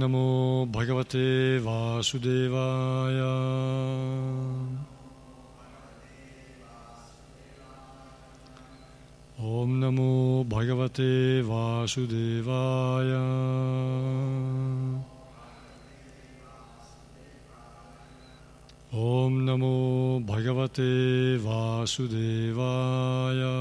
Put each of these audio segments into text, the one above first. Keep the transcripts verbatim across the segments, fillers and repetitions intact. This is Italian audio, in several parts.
Namo Bhagavate Vasudevaya. Om Namo Bhagavate Vasudevaya. Om Namo Bhagavate Vasudevaya.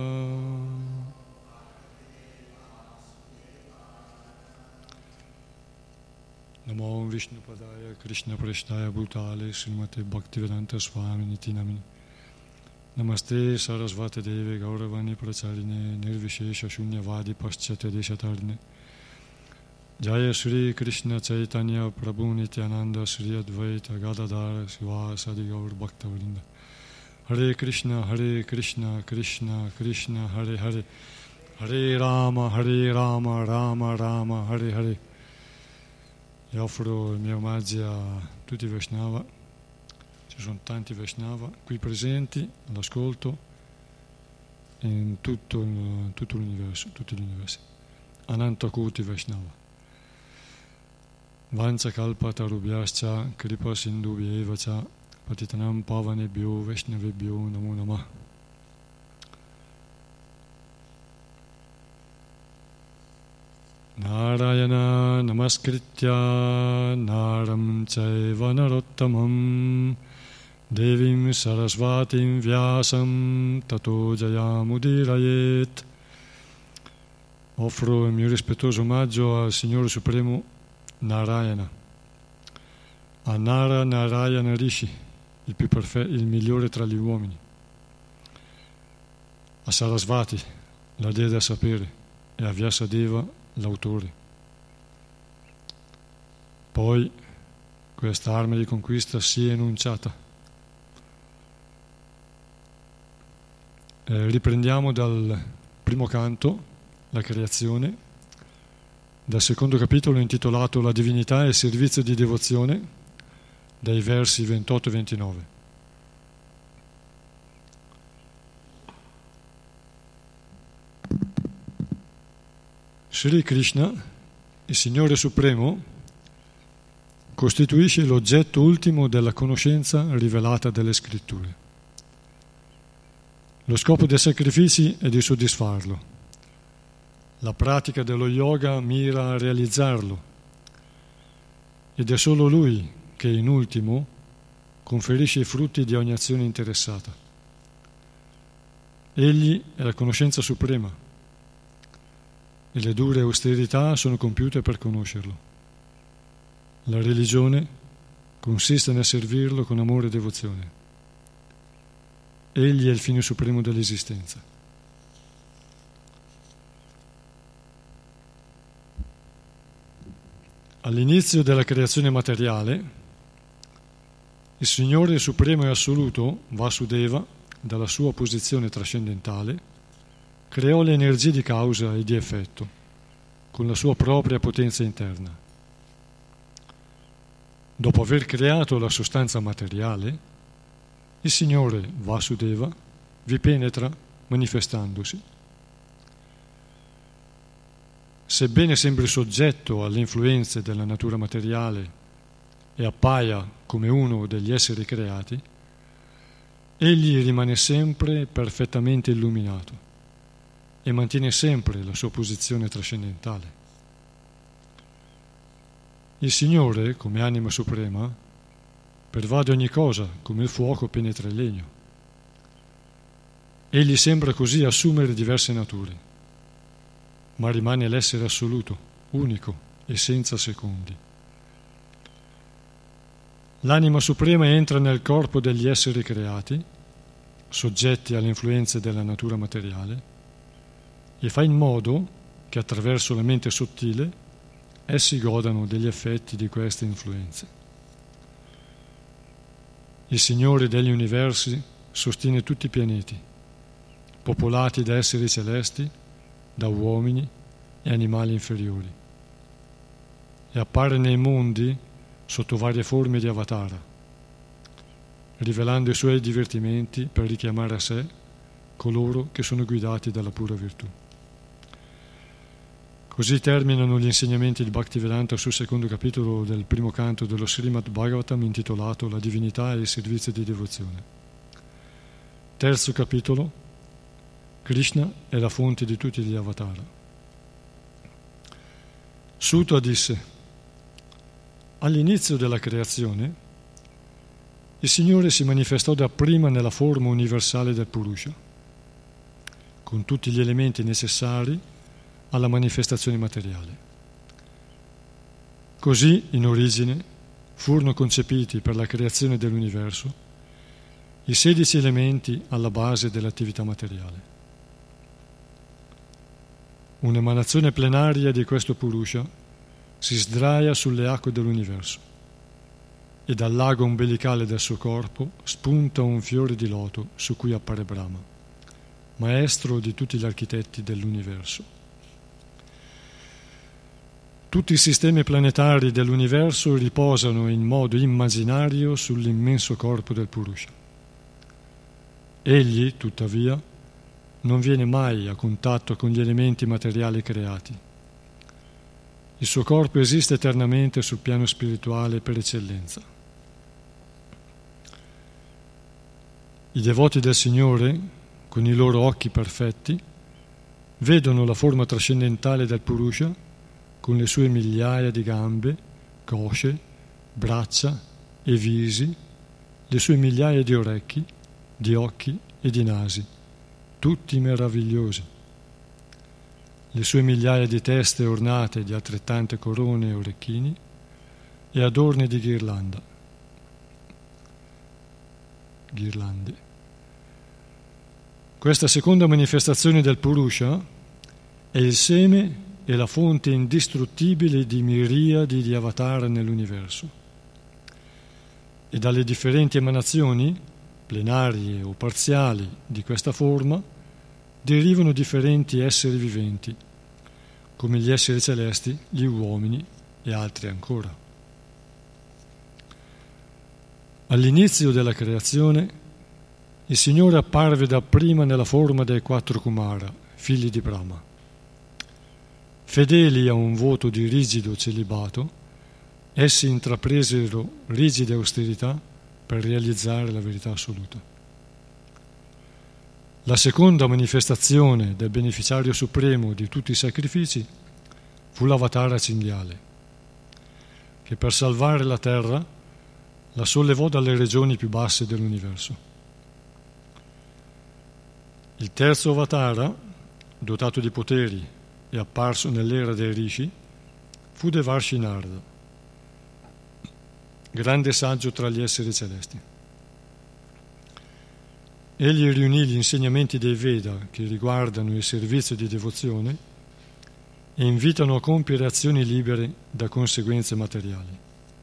Namo Vishnu Padaya Krishna Prasthaya Bhutale Srimate Bhaktivedanta Swami Niti Namini. Namaste Sarasvate Deve Gauravani Pracharine Nirvishesha Shunyavadi Paschatya Deshatarine. Jaya Sri Krishna Chaitanya Prabhu Nityananda Sri Advaita Gadadhara Sivasadi Gaur Bhaktavrinda. Hare Krishna Hare Krishna Krishna Krishna Hare Hare. Hare Rama Hare Rama Rama Rama Hare Hare. Io offro i miei omaggi a tutti i Vaishnava. Ci sono tanti Vaishnava qui presenti all'ascolto in tutto, in tutto l'universo, tutti gli universi. Ananta Koti Vaishnava. Vancha kalpa tarubhyascha kripa sindhubhyeva cha patitanam pavanebhyo vaishnavebhyo namo namah. Narayana namaskritya naram chaiva narottamam devim sarasvatim vyasam tato jayamudirayet. Offro il mio rispettoso omaggio al Signore Supremo Narayana, a Nara Narayana Rishi, il più perfetto, il migliore tra gli uomini, a Sarasvati, la dea del sapere, e a Vyasadeva, l'autore. Poi questa arma di conquista si è enunciata. Eh, riprendiamo dal primo canto, la creazione, dal secondo capitolo intitolato La divinità e il servizio di devozione, dai versi ventotto e ventinove. Sri Krishna, il Signore Supremo, costituisce l'oggetto ultimo della conoscenza rivelata dalle Scritture. Lo scopo dei sacrifici è di soddisfarlo. La pratica dello yoga mira a realizzarlo ed è solo Lui che, in ultimo, conferisce i frutti di ogni azione interessata. Egli è la conoscenza suprema e le dure austerità sono compiute per conoscerlo. La religione consiste nel servirlo con amore e devozione. Egli è il fine supremo dell'esistenza. All'inizio della creazione materiale, il Signore Supremo e Assoluto, Vasudeva, dalla sua posizione trascendentale, creò le energie di causa e di effetto con la sua propria potenza interna. Dopo aver creato la sostanza materiale, il Signore Vasudeva vi penetra manifestandosi. Sebbene sembri soggetto alle influenze della natura materiale e appaia come uno degli esseri creati, egli rimane sempre perfettamente illuminato e mantiene sempre la sua posizione trascendentale. Il Signore, come anima suprema, pervade ogni cosa come il fuoco penetra il legno. Egli sembra così assumere diverse nature, ma rimane l'essere assoluto, unico e senza secondi. L'anima suprema entra nel corpo degli esseri creati, soggetti alle influenze della natura materiale, e fa in modo che attraverso la mente sottile essi godano degli effetti di queste influenze. Il Signore degli universi sostiene tutti i pianeti, popolati da esseri celesti, da uomini e animali inferiori, e appare nei mondi sotto varie forme di avatara, rivelando i suoi divertimenti per richiamare a sé coloro che sono guidati dalla pura virtù. Così terminano gli insegnamenti di Bhaktivedanta sul secondo capitolo del primo canto dello Srimad Bhagavatam, intitolato La divinità e il servizio di devozione. Terzo capitolo: Krishna è la fonte di tutti gli avatara. Sutta disse: all'inizio della creazione il Signore si manifestò dapprima nella forma universale del Purusha, con tutti gli elementi necessari alla manifestazione materiale. Così, in origine, furono concepiti per la creazione dell'universo i sedici elementi alla base dell'attività materiale. Un'emanazione plenaria di questo Purusha si sdraia sulle acque dell'universo e dal lago ombelicale del suo corpo spunta un fiore di loto su cui appare Brahma, maestro di tutti gli architetti dell'universo. Tutti i sistemi planetari dell'universo riposano in modo immaginario sull'immenso corpo del Purusha. Egli, tuttavia, non viene mai a contatto con gli elementi materiali creati. Il suo corpo esiste eternamente sul piano spirituale per eccellenza. I devoti del Signore, con i loro occhi perfetti, vedono la forma trascendentale del Purusha con le sue migliaia di gambe, cosce, braccia e visi, le sue migliaia di orecchi, di occhi e di nasi, tutti meravigliosi, le sue migliaia di teste ornate di altrettante corone e orecchini e adorne di ghirlanda. ghirlande. Questa seconda manifestazione del Purusha è il seme e la fonte indistruttibile di miriadi di avatar nell'universo. E dalle differenti emanazioni, plenarie o parziali, di questa forma, derivano differenti esseri viventi, come gli esseri celesti, gli uomini e altri ancora. All'inizio della creazione, il Signore apparve dapprima nella forma dei quattro Kumara, figli di Brahma. Fedeli a un voto di rigido celibato, essi intrapresero rigide austerità per realizzare la verità assoluta. La seconda manifestazione del beneficiario supremo di tutti i sacrifici fu l'Avatara cinghiale, che per salvare la terra la sollevò dalle regioni più basse dell'universo. Il terzo Avatara, dotato di poteri e apparso nell'era dei Rishi, fu Devarshi Narada, grande saggio tra gli esseri celesti. Egli riunì gli insegnamenti dei Veda che riguardano il servizio di devozione e invitano a compiere azioni libere da conseguenze materiali.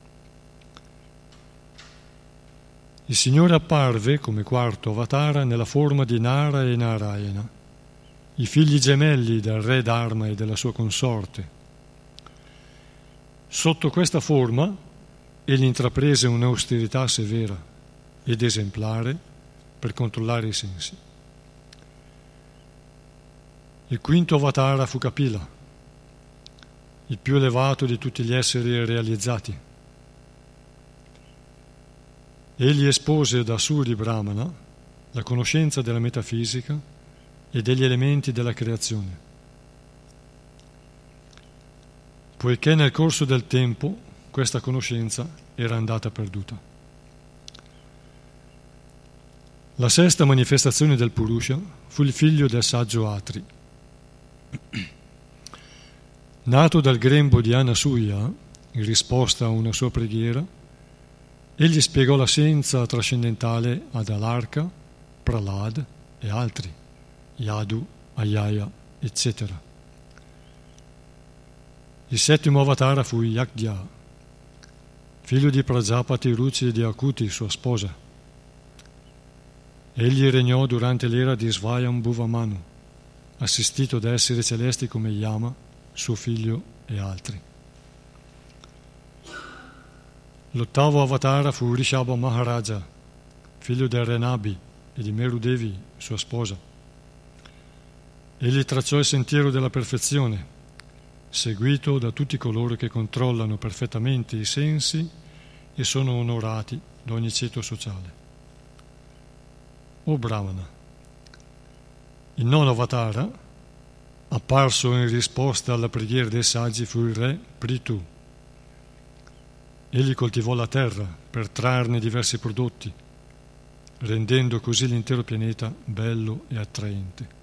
Il Signore apparve come quarto Avatara nella forma di Nara e Narayana, i figli gemelli del re Dharma e della sua consorte. Sotto questa forma egli intraprese un'austerità severa ed esemplare per controllare i sensi. Il quinto Avatara fu Kapila, il più elevato di tutti gli esseri realizzati. Egli espose da Suri Brahmana la conoscenza della metafisica e degli elementi della creazione. Poiché nel corso del tempo questa conoscenza era andata perduta. La sesta manifestazione del Purusha fu il figlio del saggio Atri. Nato dal grembo di Anasuya, in risposta a una sua preghiera, egli spiegò la scienza trascendentale ad Alarka, Prahlad e altri, Yadu, Ayaya, eccetera. Il settimo Avatara fu Yagya, figlio di Prajapati Ruchi e di Akuti, sua sposa. Egli regnò durante l'era di Svayambhuva Manu, assistito da esseri celesti come Yama, suo figlio e altri. L'ottavo Avatara fu Rishabha Maharaja, figlio del re Nabi e di Meru Devi, sua sposa. Egli tracciò il sentiero della perfezione, seguito da tutti coloro che controllano perfettamente i sensi e sono onorati da ogni ceto sociale. O Brahmana, il nono avatara, apparso in risposta alla preghiera dei saggi, fu il re Prithu. Egli coltivò la terra per trarne diversi prodotti, rendendo così l'intero pianeta bello e attraente.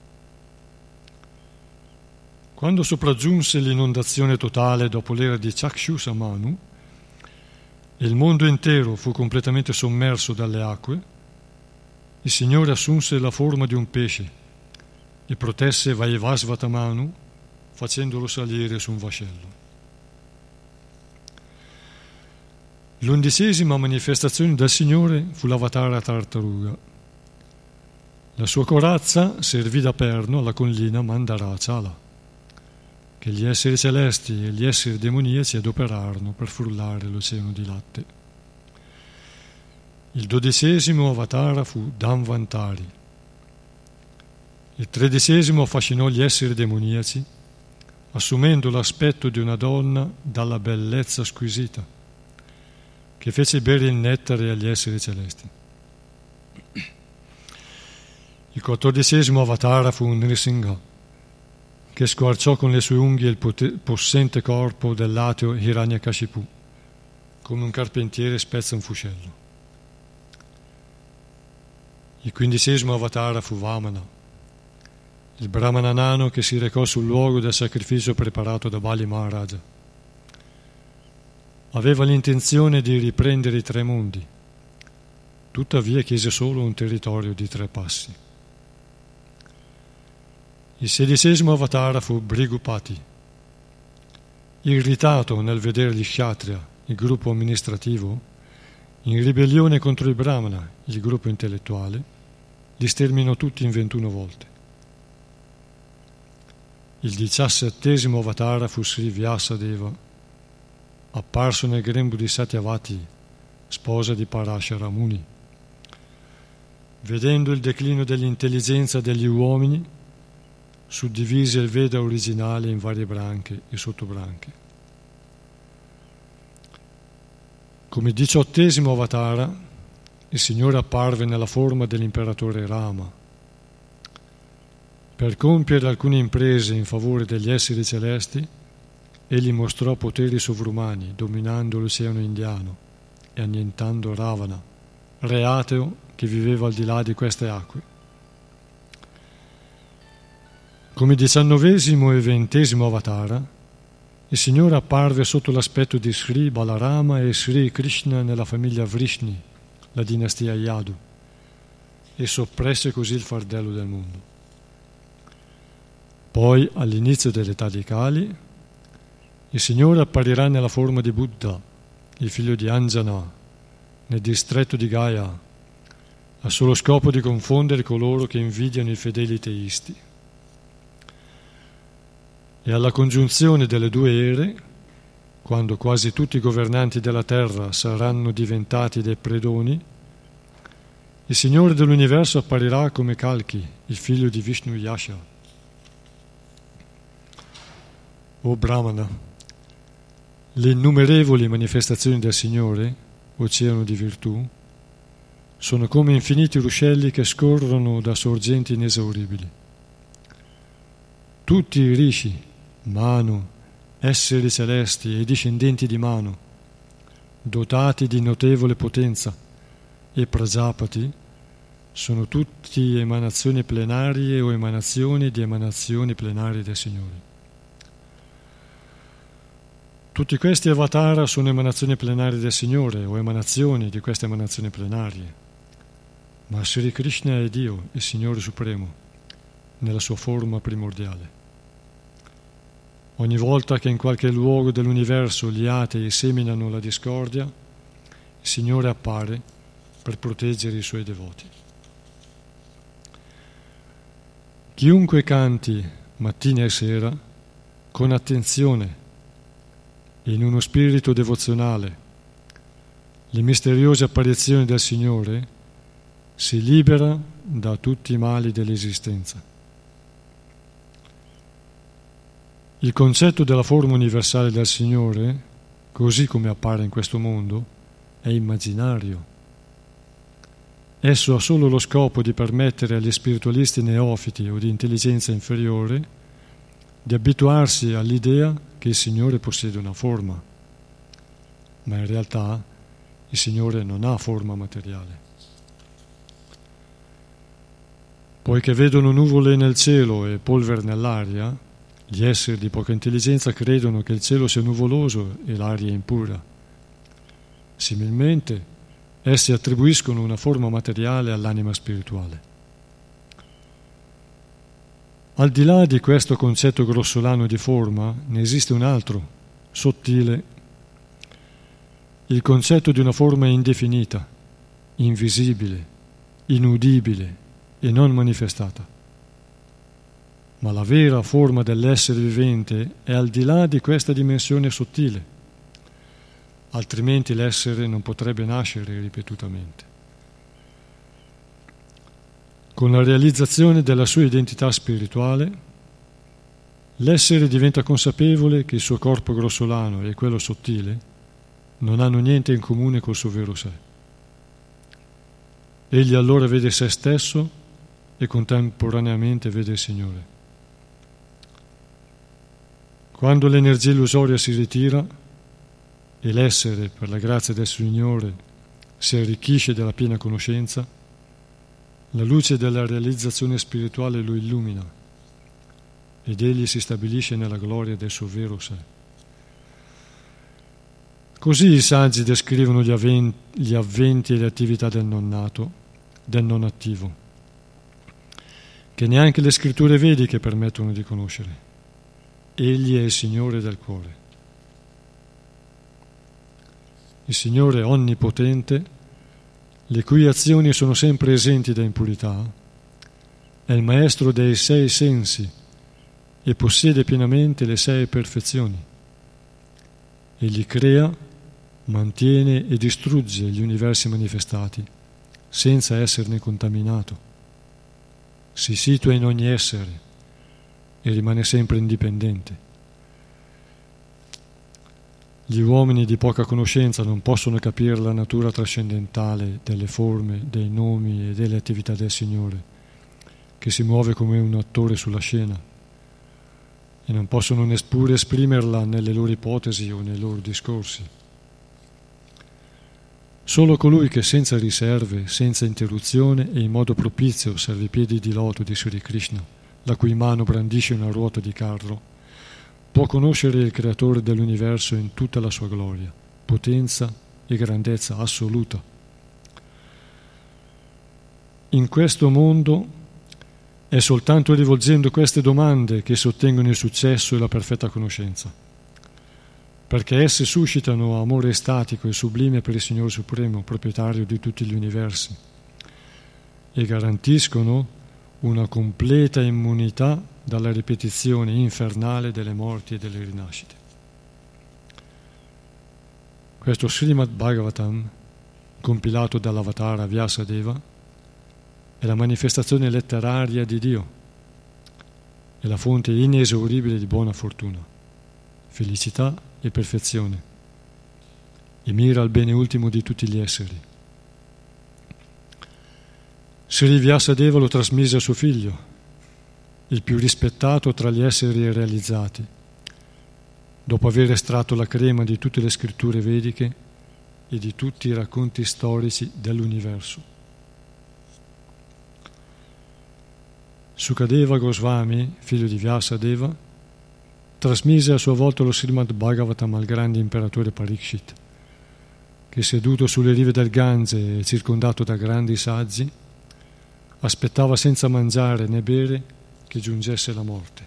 Quando sopraggiunse l'inondazione totale dopo l'era di Chakshusamanu e il mondo intero fu completamente sommerso dalle acque, il Signore assunse la forma di un pesce e protesse Vaivasvatamanu facendolo salire su un vascello. L'undicesima manifestazione del Signore fu l'Avatara Tartaruga. La sua corazza servì da perno alla collina Mandarachala, che gli esseri celesti e gli esseri demoniaci adoperarono per frullare l'oceano di latte. Il dodicesimo avatara fu Dhanvantari. Il tredicesimo affascinò gli esseri demoniaci, assumendo l'aspetto di una donna dalla bellezza squisita, che fece bere il nettare agli esseri celesti. Il quattordicesimo avatara fu Nrisingha, che squarciò con le sue unghie il pote- possente corpo dell'ateo Hiranyakashipu, come un carpentiere spezza un fuscello. Il quindicesimo avatara fu Vamana, il brahmana nano che si recò sul luogo del sacrificio preparato da Bali Maharaja. Aveva l'intenzione di riprendere i tre mondi, tuttavia chiese solo un territorio di tre passi. Il sedicesimo avatara fu Bhrigupati. Irritato nel vedere gli Kshatriya, il gruppo amministrativo, in ribellione contro il Brahmana, il gruppo intellettuale, li sterminò tutti in ventuno volte. Il diciassettesimo avatara fu Sri Vyasadeva, apparso nel grembo di Satyavati, sposa di Parashara Muni. Vedendo il declino dell'intelligenza degli uomini, suddivise il Veda originale in varie branche e sottobranche. Come diciottesimo avatara, il Signore apparve nella forma dell'imperatore Rama. Per compiere alcune imprese in favore degli esseri celesti, egli mostrò poteri sovrumani, dominando l'oceano indiano e annientando Ravana, re ateo che viveva al di là di queste acque. Come diciannovesimo e ventesimo avatara, il Signore apparve sotto l'aspetto di Sri Balarama e Sri Krishna nella famiglia Vrishni, la dinastia Yadu, e soppresse così il fardello del mondo. Poi, all'inizio dell'età di Kali, il Signore apparirà nella forma di Buddha, il figlio di Anjana, nel distretto di Gaya, al solo scopo di confondere coloro che invidiano i fedeli teisti. E alla congiunzione delle due ere, quando quasi tutti i governanti della terra saranno diventati dei predoni, il Signore dell'universo apparirà come Kalki, il figlio di Vishnu Yasha. O Brahmana, le innumerevoli manifestazioni del Signore, oceano di virtù, sono come infiniti ruscelli che scorrono da sorgenti inesauribili. Tutti i rishi, Manu, esseri celesti e i discendenti di Manu, dotati di notevole potenza, e Prajapati, sono tutti emanazioni plenarie o emanazioni di emanazioni plenarie del Signore. Tutti questi avatara sono emanazioni plenarie del Signore o emanazioni di queste emanazioni plenarie, ma Sri Krishna è Dio, il Signore Supremo, nella sua forma primordiale. Ogni volta che in qualche luogo dell'universo gli atei seminano la discordia, il Signore appare per proteggere i suoi devoti. Chiunque canti mattina e sera con attenzione e in uno spirito devozionale le misteriose apparizioni del Signore si libera da tutti i mali dell'esistenza. Il concetto della forma universale del Signore, così come appare in questo mondo, è immaginario. Esso ha solo lo scopo di permettere agli spiritualisti neofiti o di intelligenza inferiore di abituarsi all'idea che il Signore possiede una forma, ma in realtà il Signore non ha forma materiale. Poiché vedono nuvole nel cielo e polvere nell'aria, gli esseri di poca intelligenza credono che il cielo sia nuvoloso e l'aria impura. Similmente, essi attribuiscono una forma materiale all'anima spirituale. Al di là di questo concetto grossolano di forma, ne esiste un altro, sottile, il concetto di una forma indefinita, invisibile, inudibile e non manifestata. Ma la vera forma dell'essere vivente è al di là di questa dimensione sottile, altrimenti l'essere non potrebbe nascere ripetutamente. Con la realizzazione della sua identità spirituale, l'essere diventa consapevole che il suo corpo grossolano e quello sottile non hanno niente in comune col suo vero sé. Egli allora vede se stesso e contemporaneamente vede il Signore. Quando l'energia illusoria si ritira e l'essere, per la grazia del Signore, si arricchisce della piena conoscenza, la luce della realizzazione spirituale lo illumina ed egli si stabilisce nella gloria del suo vero sé. Così i saggi descrivono gli avventi, gli avventi e le attività del non nato, del non attivo, che neanche le scritture vediche permettono di conoscere. Egli è il Signore del cuore. Il Signore onnipotente, le cui azioni sono sempre esenti da impurità, è il maestro dei sei sensi e possiede pienamente le sei perfezioni. Egli crea, mantiene e distrugge gli universi manifestati senza esserne contaminato. Si situa in ogni essere e rimane sempre indipendente. Gli uomini di poca conoscenza non possono capire la natura trascendentale delle forme, dei nomi e delle attività del Signore, che si muove come un attore sulla scena, e non possono neppure esprimerla nelle loro ipotesi o nei loro discorsi. Solo colui che senza riserve, senza interruzione e in modo propizio serve i piedi di loto di Sri Krishna, la cui mano brandisce una ruota di carro, può conoscere il Creatore dell'universo in tutta la sua gloria, potenza e grandezza assoluta. In questo mondo è soltanto rivolgendo queste domande che si ottengono il successo e la perfetta conoscenza, perché esse suscitano amore estatico e sublime per il Signore Supremo, proprietario di tutti gli universi, e garantiscono una completa immunità dalla ripetizione infernale delle morti e delle rinascite. Questo Srimad Bhagavatam, compilato dall'avatara Vyasadeva, è la manifestazione letteraria di Dio, è la fonte inesauribile di buona fortuna, felicità e perfezione, e mira al bene ultimo di tutti gli esseri. Sri Vyasadeva lo trasmise a suo figlio, il più rispettato tra gli esseri realizzati, dopo aver estratto la crema di tutte le scritture vediche e di tutti i racconti storici dell'universo. Sukadeva Goswami, figlio di Vyasadeva, trasmise a sua volta lo Srimad Bhagavatam al grande imperatore Parikshit, che seduto sulle rive del Gange e circondato da grandi saggi, aspettava senza mangiare né bere che giungesse la morte.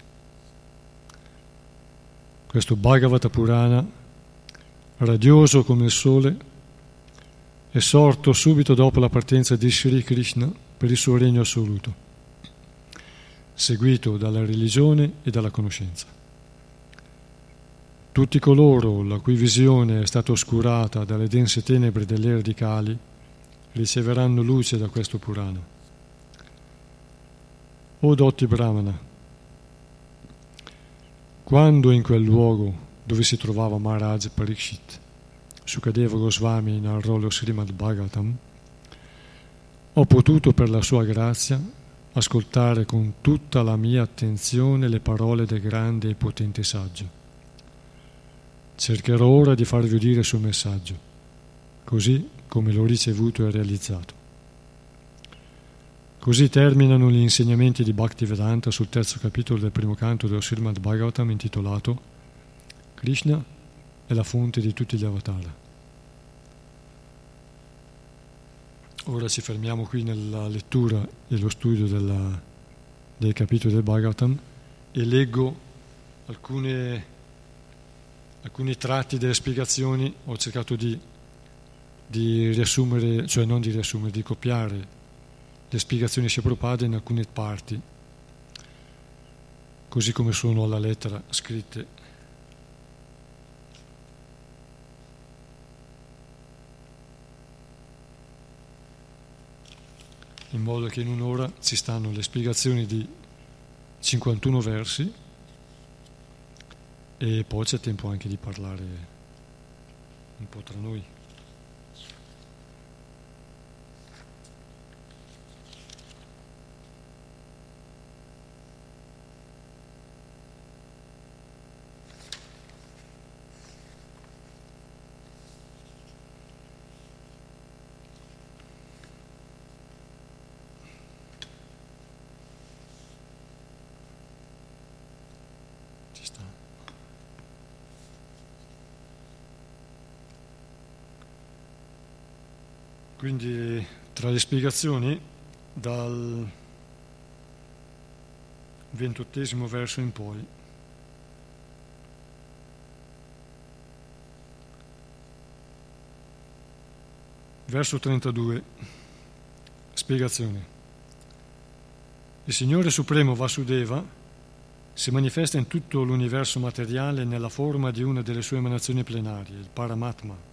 Questo Bhagavata Purana, radioso come il sole, è sorto subito dopo la partenza di Sri Krishna per il suo regno assoluto, seguito dalla religione e dalla conoscenza. Tutti coloro la cui visione è stata oscurata dalle dense tenebre delle radicali riceveranno luce da questo Purana. O dotti Brahmana, Quando in quel luogo dove si trovava Maharaj Parikshit, Sukadeva Goswami narrò Srimad Bhagavatam, ho potuto per la sua grazia ascoltare con tutta la mia attenzione le parole del grande e potente saggio. Cercherò ora di farvi udire il suo messaggio, così come l'ho ricevuto e realizzato. Così terminano gli insegnamenti di Bhaktivedanta sul terzo capitolo del primo canto dello Srimad Bhagavatam, intitolato Krishna è la fonte di tutti gli avatar. Ora ci fermiamo qui nella lettura e lo studio della, dei capitoli del Bhagavatam e leggo alcune, alcuni tratti delle spiegazioni. Ho cercato di, di riassumere, cioè non di riassumere, di copiare le spiegazioni di Prabhupada in alcune parti, così come sono alla lettera scritte. In modo che in un'ora ci stanno le spiegazioni di cinquantuno versi e poi c'è tempo anche di parlare un po' tra noi. Quindi tra le spiegazioni, dal ventottesimo verso in poi, verso trentadue, spiegazione. Il Signore Supremo Vasudeva si manifesta in tutto l'universo materiale nella forma di una delle sue emanazioni plenarie, il Paramatma,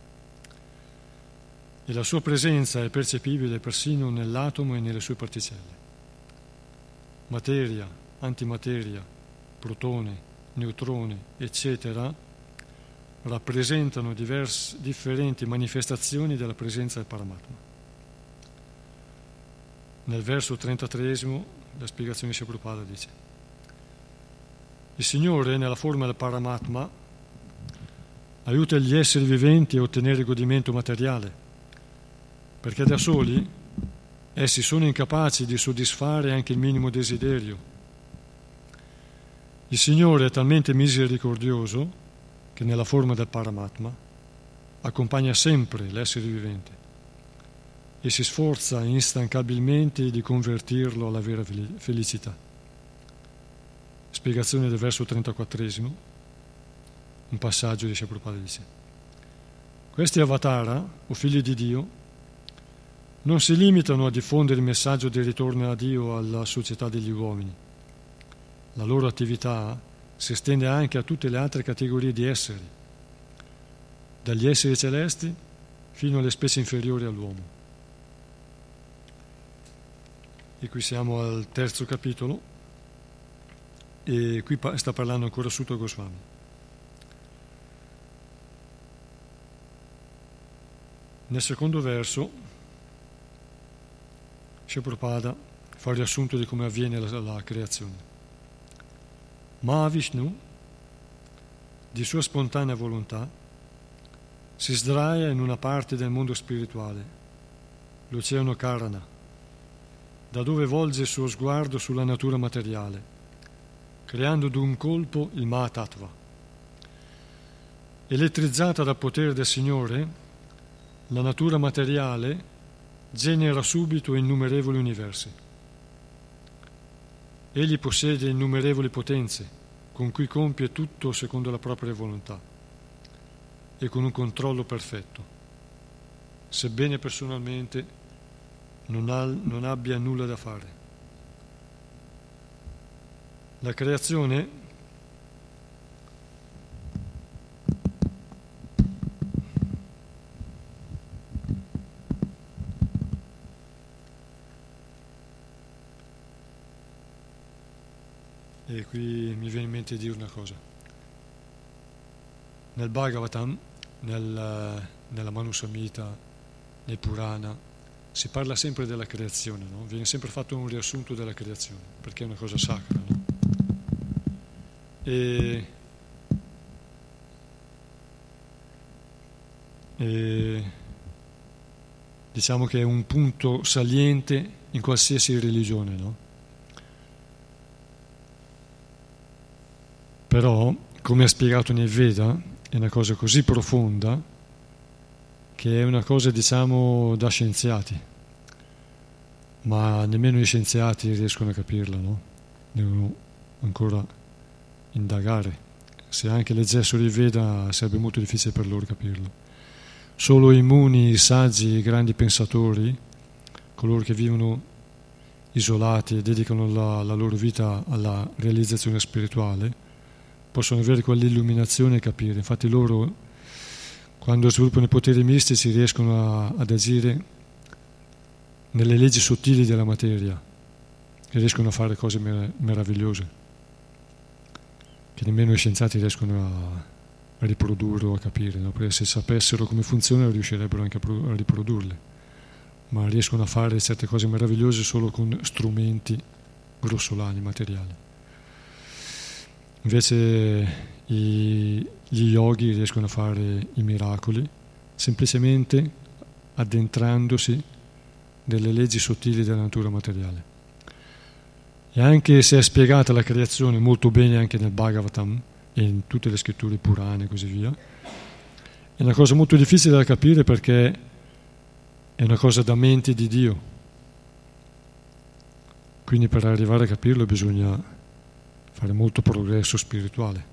e la sua presenza è percepibile persino nell'atomo e nelle sue particelle. Materia, antimateria, protone, neutrone, eccetera, rappresentano diverse, differenti manifestazioni della presenza del Paramatma. Nel verso trentatreesimo la spiegazione di Prabhupada dice: il Signore, nella forma del Paramatma, aiuta gli esseri viventi a ottenere godimento materiale, perché da soli essi sono incapaci di soddisfare anche il minimo desiderio. Il Signore è talmente misericordioso che nella forma del Paramatma accompagna sempre l'essere vivente e si sforza instancabilmente di convertirlo alla vera felicità. Spiegazione del verso trentaquattresimo, un passaggio di Prabhupada dice: questi avatara, o figli di Dio, non si limitano a diffondere il messaggio del ritorno a Dio alla società degli uomini. La loro attività si estende anche a tutte le altre categorie di esseri, dagli esseri celesti fino alle specie inferiori all'uomo. E qui siamo al terzo capitolo e qui sta parlando ancora Suta Goswami. Nel secondo verso Prabhupada fa il riassunto di come avviene la, la creazione. Mahavishnu, di sua spontanea volontà, si sdraia in una parte del mondo spirituale, l'oceano Karana, da dove volge il suo sguardo sulla natura materiale, creando d'un colpo il Mahatattva. Elettrizzata dal potere del Signore, la natura materiale genera subito innumerevoli universi. Egli possiede innumerevoli potenze con cui compie tutto secondo la propria volontà e con un controllo perfetto, sebbene personalmente non, ha, non abbia nulla da fare. La creazione e qui mi viene in mente di dire una cosa. nel Bhagavatam, nel, nella Manusamhita, nei Purana, si parla sempre della creazione, no? Viene sempre fatto un riassunto della creazione, perché è una cosa sacra, no? E, e diciamo che è un punto saliente in qualsiasi religione, no? Però, come è spiegato nei Veda, è una cosa così profonda che è una cosa, diciamo, da scienziati, ma nemmeno gli scienziati riescono a capirla, no? Devono ancora indagare. Se anche leggessero i Veda sarebbe molto difficile per loro capirlo. Solo i muni, i saggi, i grandi pensatori, coloro che vivono isolati e dedicano la, la loro vita alla realizzazione spirituale, possono avere quell'illuminazione e capire. Infatti loro, quando sviluppano i poteri mistici, riescono a, ad agire nelle leggi sottili della materia e riescono a fare cose mer- meravigliose che nemmeno i scienziati riescono a, a riprodurre o a capire, no? Perché se sapessero come funziona riuscirebbero anche a, pro- a riprodurle, ma riescono a fare certe cose meravigliose solo con strumenti grossolani, materiali. Invece i, gli yogi riescono a fare i miracoli semplicemente addentrandosi nelle leggi sottili della natura materiale. E anche se è spiegata la creazione molto bene anche nel Bhagavatam e in tutte le scritture purane e così via, è una cosa molto difficile da capire perché è una cosa da mente di Dio. Quindi per arrivare a capirlo bisogna fare molto progresso spirituale.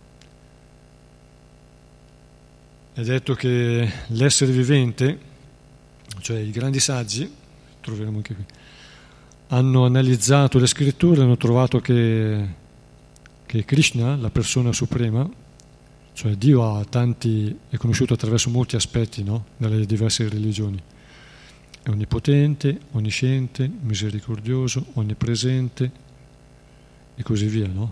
È detto che l'essere vivente, cioè i grandi saggi, troveremo anche qui, hanno analizzato le scritture e hanno trovato che, che Krishna, la persona suprema, cioè Dio ha tanti, è conosciuto attraverso molti aspetti, no? Dalle diverse religioni. È onnipotente, onnisciente, misericordioso, onnipresente e così via, no?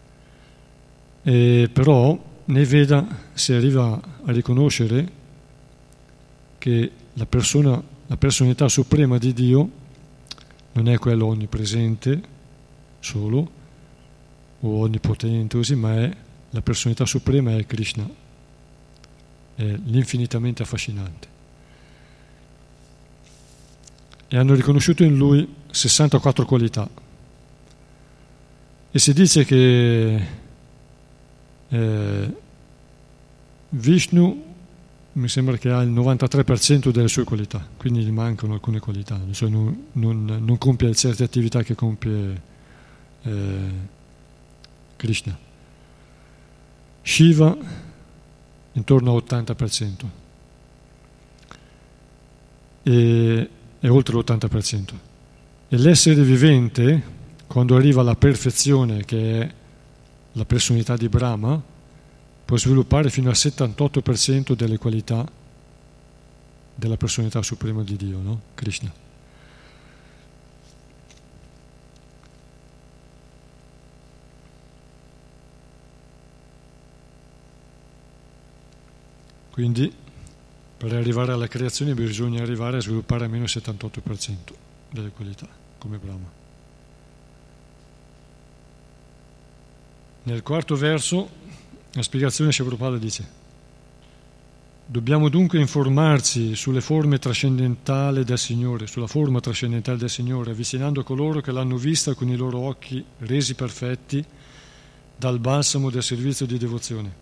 E però nei Veda si arriva a riconoscere che la persona, la personalità suprema di Dio non è quello onnipresente solo o onnipotente così, ma è la personalità suprema è Krishna, è l'infinitamente affascinante. E hanno riconosciuto in lui sessantaquattro qualità. E si dice che eh, Vishnu mi sembra che ha il novantatré per cento delle sue qualità, quindi gli mancano alcune qualità, cioè non, non, non compie certe attività che compie eh, Krishna. Shiva intorno all'ottanta per cento e è oltre l'ottanta per cento. E l'essere vivente, quando arriva alla perfezione, che è la personalità di Brahma, può sviluppare fino al settantotto per cento delle qualità della personalità suprema di Dio, no? Krishna. Quindi per arrivare alla creazione bisogna arrivare a sviluppare almeno il settantotto per cento delle qualità, come Brahma. Nel quarto verso la spiegazione Srila Prabhupada dice: dobbiamo dunque informarci sulle forme trascendentali del Signore, sulla forma trascendentale del Signore, avvicinando coloro che l'hanno vista con i loro occhi resi perfetti dal balsamo del servizio di devozione.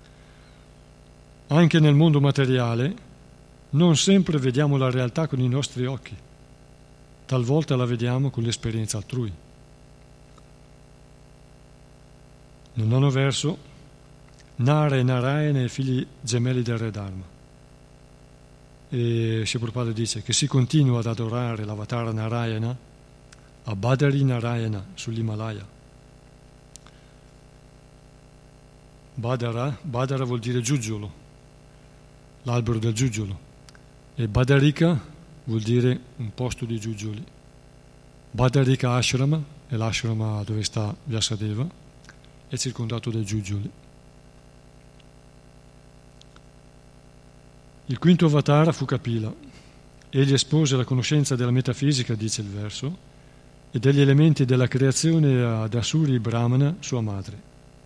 Anche nel mondo materiale non sempre vediamo la realtà con i nostri occhi, talvolta la vediamo con l'esperienza altrui. Nel nono verso, Nara e Narayana i figli gemelli del Re Dharma. E Srila Prabhupada dice che si continua ad adorare l'avatar Narayana a Badari Narayana sull'Himalaya. Badara, Badara vuol dire giuggiolo, l'albero del giuggiolo, e Badarika vuol dire un posto di giuggioli. Badarika Ashrama è l'ashrama dove sta Vyasadeva, è circondato dai giuggioli. Il quinto avatara fu Kapila. Egli espose la conoscenza della metafisica, dice il verso, e degli elementi della creazione ad Asuri Brahmana, sua madre.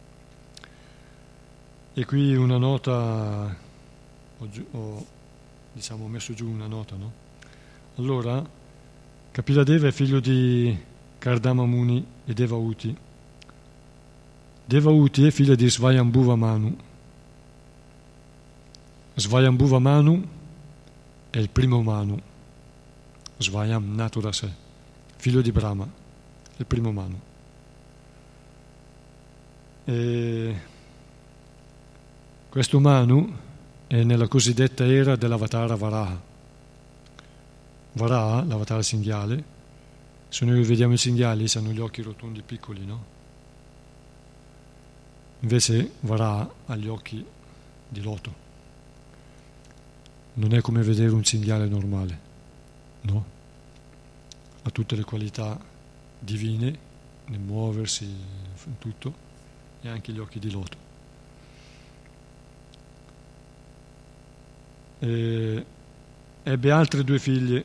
E qui una nota, ho, ho diciamo, messo giù una nota, no? Allora, Kapiladeva è figlio di Kardama Muni e Devauti. Devauti è figlia di Svayambhuva Manu. Svayambhuva Manu è il primo Manu, Svayam, nato da sé, figlio di Brahma, il primo Manu. E questo Manu è nella cosiddetta era dell'avatara Varaha. Varaha, l'avatara cinghiale, se noi vediamo i cinghiali hanno gli occhi rotondi piccoli, no? Invece Varaha ha gli occhi di loto. Non è come vedere un cinghiale normale, no? Ha tutte le qualità divine nel muoversi, in tutto, e anche gli occhi di loto. E ebbe altre due figlie.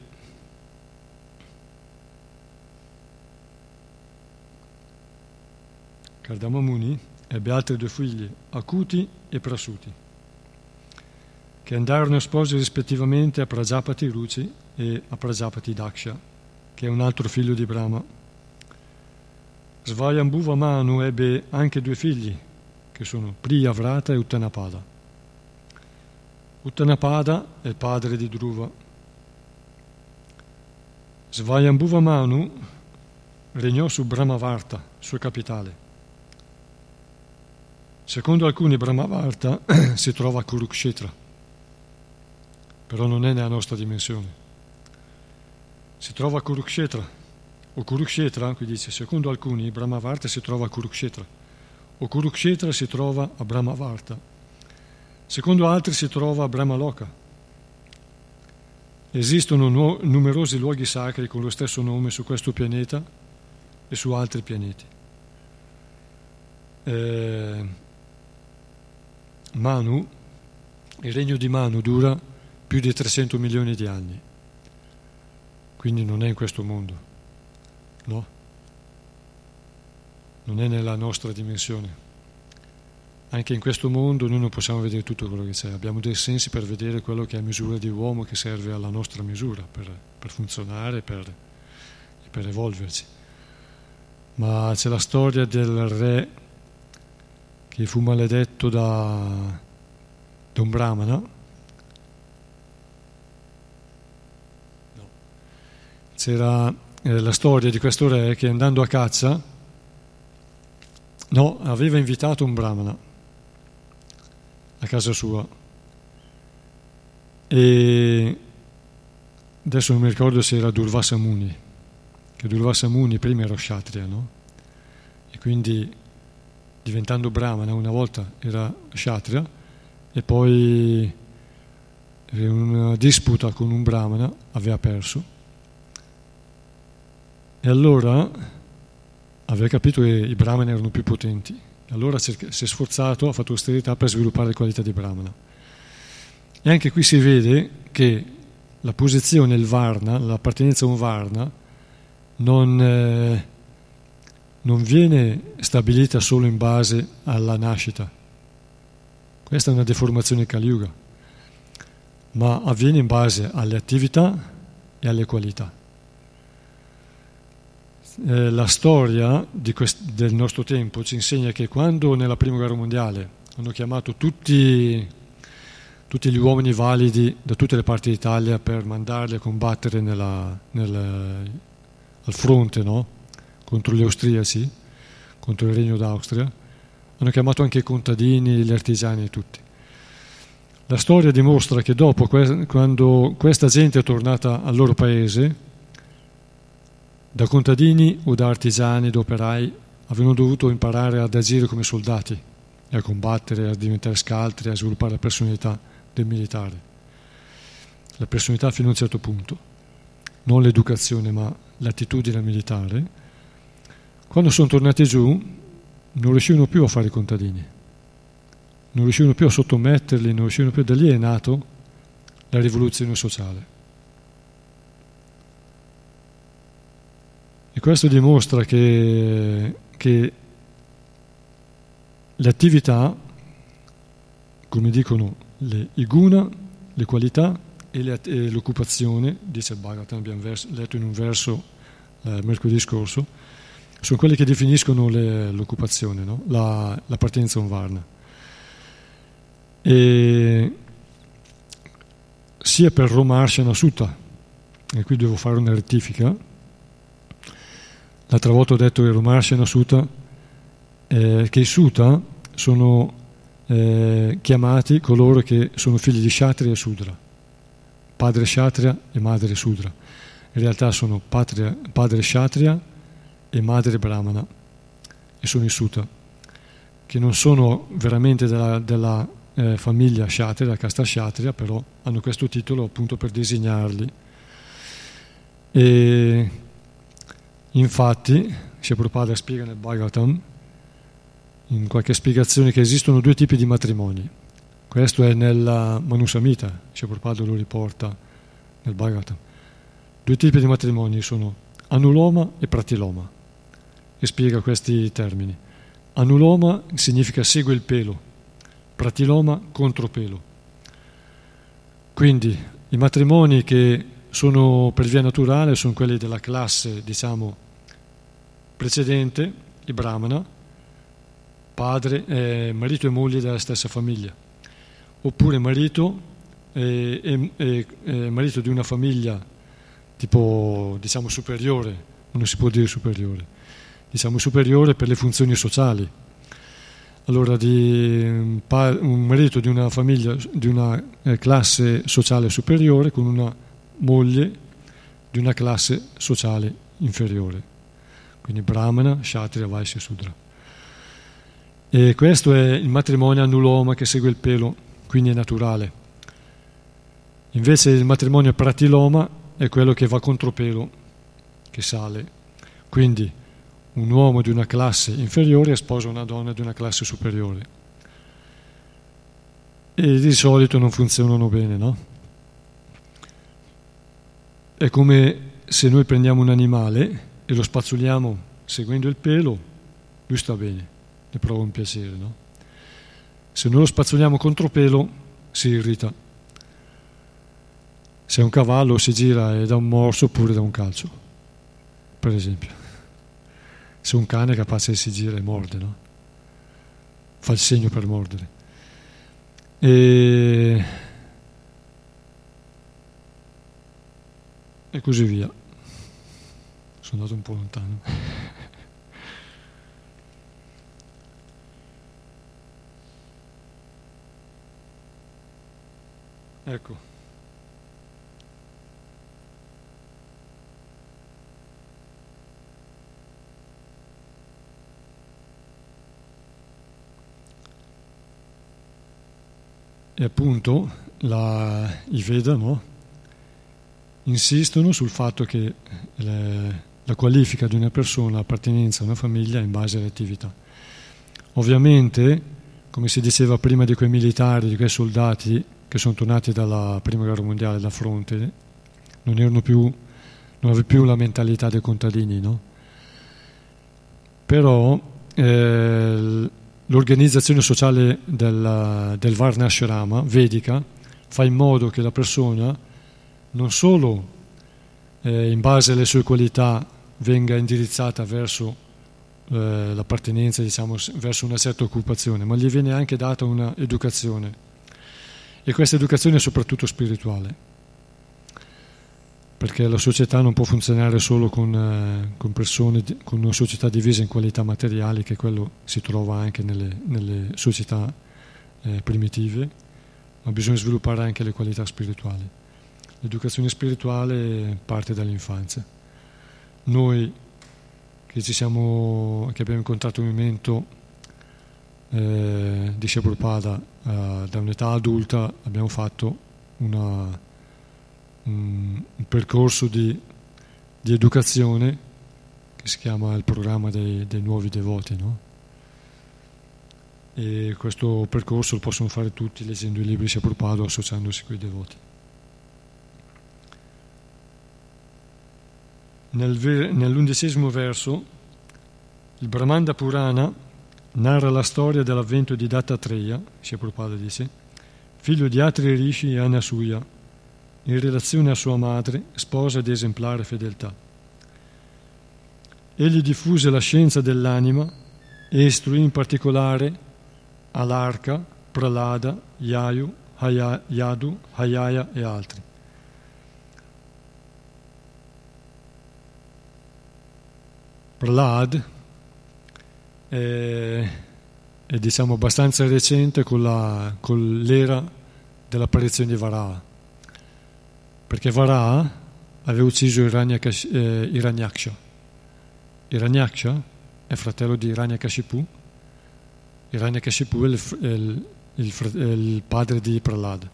Kardama Muni ebbe altre due figlie, Akuti e Prasuti, che andarono a sposare rispettivamente a Prajapati Ruci e a Prajapati Daksha, che è un altro figlio di Brahma. Svayambhuva Manu ebbe anche due figli, che sono Priyavrata e Uttanapada. Uttanapada è il padre di Dhruva. Svayambhuva Manu regnò su Brahmavarta, sua capitale. Secondo alcuni Brahmavarta si trova a Kurukshetra, però non è nella nostra dimensione. Si trova a Kurukshetra, o Kurukshetra, qui dice, secondo alcuni Brahmavarta si trova a Kurukshetra, o Kurukshetra si trova a Brahmavarta, secondo altri si trova a Brahmaloka. Esistono nu- numerosi luoghi sacri con lo stesso nome su questo pianeta e su altri pianeti. Eh, Manu, il regno di Manu dura più di trecento milioni di anni, quindi non è in questo mondo, no? Non è nella nostra dimensione. Anche in questo mondo noi non possiamo vedere tutto quello che c'è, abbiamo dei sensi per vedere quello che è a misura di uomo, che serve alla nostra misura per, per funzionare, per, per evolverci. Ma c'è la storia del re che fu maledetto da, da un brahmana. No. C'era eh, la storia di questo re che, andando a caccia, no, aveva invitato un brahmana a casa sua, e adesso non mi ricordo se era Durvasa Muni, che Durvasa Muni prima era kshatriya, no? E quindi, diventando brahmana, una volta era kshatriya e poi in una disputa con un brahmana aveva perso, e allora aveva capito che i brahmani erano più potenti, e allora si è sforzato, ha fatto austerità per sviluppare le qualità di brahmana. E anche qui si vede che la posizione, il varna, l'appartenenza a un varna non eh, non viene stabilita solo in base alla nascita. Questa è una deformazione Kali Yuga, ma avviene in base alle attività e alle qualità. Eh, la storia di quest- del nostro tempo ci insegna che quando nella Prima Guerra Mondiale hanno chiamato tutti, tutti gli uomini validi da tutte le parti d'Italia per mandarli a combattere nella, nel, al fronte, no? Contro gli austriaci, contro il regno d'Austria, hanno chiamato anche i contadini, gli artigiani e tutti. La storia dimostra che dopo, quando questa gente è tornata al loro paese, da contadini o da artigiani, da operai, avevano dovuto imparare ad agire come soldati, e a combattere, a diventare scaltri, a sviluppare la personalità del militare. La personalità fino a un certo punto, non l'educazione ma l'attitudine militare. Quando sono tornati giù non riuscivano più a fare i contadini, non riuscivano più a sottometterli, non riuscivano più, da lì è nato la rivoluzione sociale. E questo dimostra che, che le attività, come dicono le, i guna, le qualità e, le, e l'occupazione, dice il Bhagavatam, abbiamo vers- letto in un verso eh, mercoledì scorso, sono quelli che definiscono le, l'occupazione, no? la, l'appartenenza a un varna. E sia per Romarshana Sutta, e qui devo fare una rettifica, l'altra volta ho detto che Romarshana Sutta, eh, che i Sutta sono eh, chiamati coloro che sono figli di Kshatriya e Sudra, padre Kshatriya e madre Sudra. In realtà sono patria, padre Kshatriya e madre Brahmana, e sono i Sutta, che non sono veramente della, della eh, famiglia Kshatriya, della casta Kshatriya, però hanno questo titolo appunto per designarli. E infatti Srila Prabhupada spiega nel Bhagavatam, in qualche spiegazione, che esistono due tipi di matrimoni. Questo è nella Manusamhita, Srila Prabhupada lo riporta nel Bhagavatam. Due tipi di matrimoni sono Anuloma e Pratiloma, e spiega questi termini. Anuloma significa segue il pelo, Pratiloma contropelo. Quindi i matrimoni che sono per via naturale sono quelli della classe, diciamo, precedente, i Brahmana, padre, eh, marito e moglie della stessa famiglia, oppure marito e, e, e, e marito di una famiglia tipo, diciamo, superiore, non si può dire superiore, diciamo superiore per le funzioni sociali. Allora, di un marito di una famiglia, di una classe sociale superiore con una moglie di una classe sociale inferiore, quindi Brahmana, Kshatriya, Vaishya, Sudra. E questo è il matrimonio Anuloma, che segue il pelo, quindi è naturale. Invece il matrimonio Pratiloma è quello che va contropelo, che sale. Quindi un uomo di una classe inferiore sposa una donna di una classe superiore. E di solito non funzionano bene, no? È come se noi prendiamo un animale e lo spazzuliamo seguendo il pelo, lui sta bene, ne prova un piacere, no? Se noi lo spazzuliamo contropelo, si irrita. Se è un cavallo si gira e dà un morso oppure dà un calcio, per esempio. Se un cane è capace si gira e morde, no? Fa il segno per mordere. E, e così via. Sono andato un po' lontano. Ecco. E appunto la, i Veda, no, insistono sul fatto che le, la qualifica di una persona, l'appartenenza a una famiglia è in base alle attività. Ovviamente, come si diceva prima di quei militari, di quei soldati che sono tornati dalla Prima Guerra Mondiale da fronte, non erano più, non avevano più la mentalità dei contadini, no? Però eh, l'organizzazione sociale del, del Varnashrama vedica fa in modo che la persona non solo eh, in base alle sue qualità venga indirizzata verso eh, l'appartenenza, diciamo, verso una certa occupazione, ma gli viene anche data una educazione, e questa educazione è soprattutto spirituale, perché la società non può funzionare solo con, eh, con persone, con una società divisa in qualità materiali, che quello si trova anche nelle, nelle società eh, primitive, ma bisogna sviluppare anche le qualità spirituali. L'educazione spirituale parte dall'infanzia. Noi che ci siamo, che abbiamo incontrato il movimento eh, di Srila Prabhupada eh, da un'età adulta, abbiamo fatto una un percorso di, di educazione che si chiama il programma dei, dei nuovi devoti, no? E questo percorso lo possono fare tutti leggendo i libri di Srila Prabhupada o associandosi con i devoti. nel, nell'undicesimo verso, il Brahmanda Purana narra la storia dell'avvento di Dattatreya, Srila Prabhupada dice, figlio di Atri Rishi e Anasuya, in relazione a sua madre, sposa di esemplare fedeltà. Egli diffuse la scienza dell'anima e istruì in particolare Alarka, Prahlada, Yayu, Haya, Yadu, Hayaya e altri. Prahlad è, è diciamo abbastanza recente con, la, con l'era dell'apparizione di Varaha, perché Varaha aveva ucciso Hiranyaksha. Eh, Hiranyaksha. Hiranyaksha è fratello di Hiranyakashipu. Hiranyakashipu è il, è il, il, è il padre di Prahlad.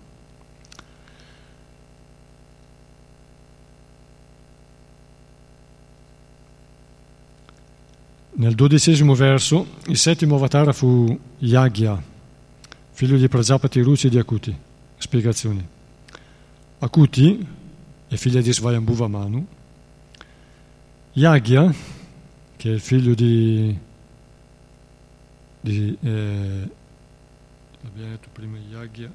Nel dodicesimo verso, il settimo avatara fu Yagya, figlio di Prajapati Ruchi e di Akuti. Spiegazioni. Akuti è figlia di Svayambhuva Manu. Yagya, che è il figlio di, di eh, l'abbiamo detto prima, Yagya.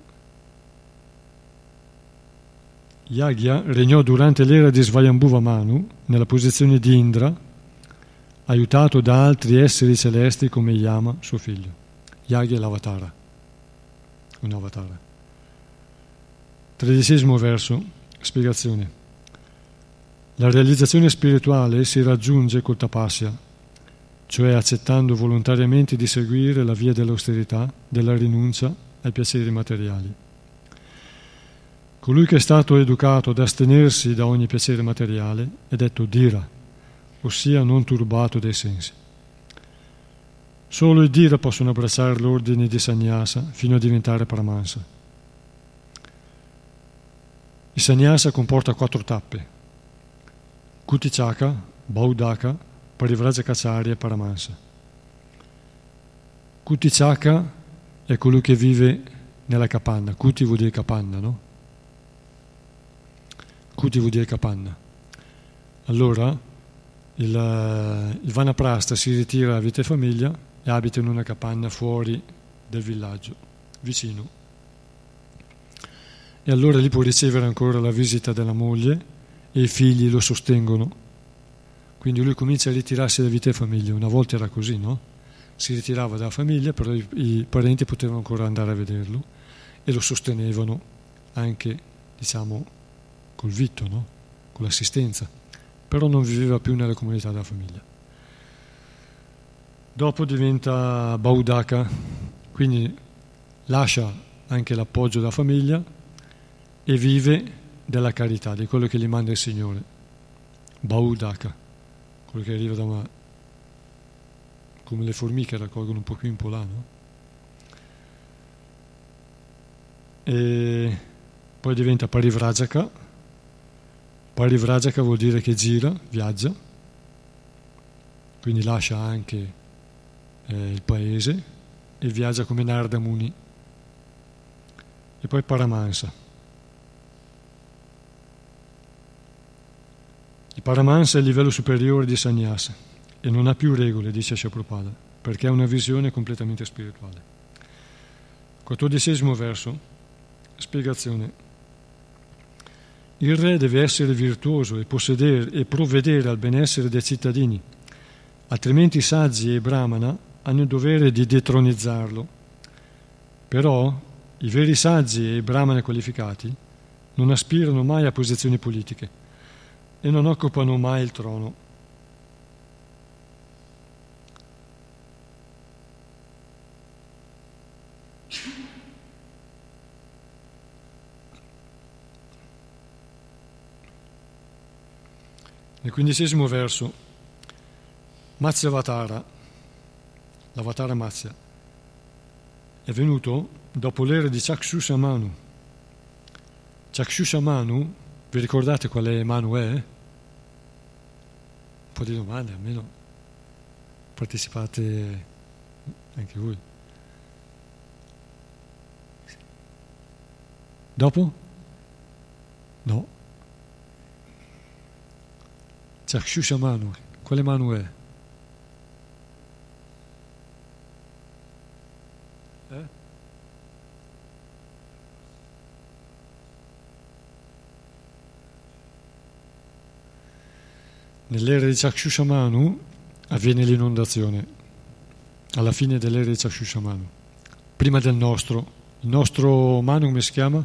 Yagya regnò durante l'era di Svayambhuva Manu nella posizione di Indra, aiutato da altri esseri celesti come Yama, suo figlio. Yagya è l'avatara, un avatara. Tredicesimo verso, spiegazione. La realizzazione spirituale si raggiunge col tapasya, cioè accettando volontariamente di seguire la via dell'austerità, della rinuncia ai piaceri materiali. Colui che è stato educato ad astenersi da ogni piacere materiale è detto dhira, ossia non turbato dai sensi. Solo i dhira possono abbracciare l'ordine di sannyasa fino a diventare paramahansa. Il sannyasa comporta quattro tappe: Kuticaka, Baudaka, Parivrajacacharya e Paramahansa. Kuticaka è colui che vive nella capanna. Kuti vuol dire capanna, no? Kuti vuol dire capanna. Allora il, il Vanaprastha si ritira a vita e famiglia e abita in una capanna fuori del villaggio, vicino. E allora lì può ricevere ancora la visita della moglie e i figli lo sostengono. Quindi lui comincia a ritirarsi da vita e famiglia. Una volta era così, no? Si ritirava dalla famiglia, però i, i parenti potevano ancora andare a vederlo e lo sostenevano anche, diciamo, col vitto, no? Con l'assistenza. Però non viveva più nella comunità della famiglia. Dopo diventa Baudaka, quindi lascia anche l'appoggio della famiglia e vive della carità, di quello che gli manda il Signore. Baudaka, quello che arriva da una, come le formiche raccolgono un po' più in polano. E poi diventa Parivrajaka. Parivrajaka vuol dire che gira, viaggia, quindi lascia anche eh, il paese e viaggia come Narada Muni. E poi Paramahansa. Il Paramahansa è il livello superiore di sannyasa e non ha più regole, dice Srila Prabhupada, perché ha una visione completamente spirituale. Quattordicesimo verso, spiegazione. Il re deve essere virtuoso e possedere e provvedere al benessere dei cittadini, altrimenti i saggi e i brahmana hanno il dovere di detronizzarlo. Però i veri saggi e i brahmana qualificati non aspirano mai a posizioni politiche e non occupano mai il trono. Nel quindicesimo verso, Matsyavatara, l'avatara Matsya, è venuto dopo l'era di Chakshusha Manu. Chakshusha Manu, vi ricordate quale Manu è? Un po' di domande, almeno partecipate anche voi. Dopo? No. Chakshusha Manu, quale mano è? Eh? Nell'era di Chakshusha Manu avviene l'inondazione, alla fine dell'era di Chakshusha Manu, prima del nostro. Il nostro Manu come si chiama?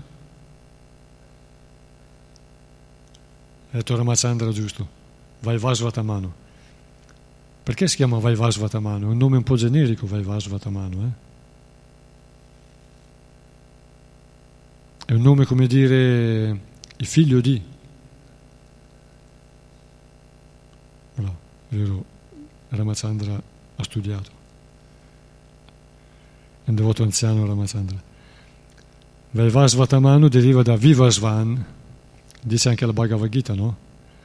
Ha detto Ramachandra, giusto? Vaivasvata Manu. Perché si chiama Vaivasvata Manu? È un nome un po' generico, Vaivasvata Manu, eh? È un nome, come dire, il figlio di. No, vero, Ramachandra ha studiato. È un devoto anziano Ramachandra. Vaivasvata Manu deriva da Vivasvan, dice anche la Bhagavad Gita, no?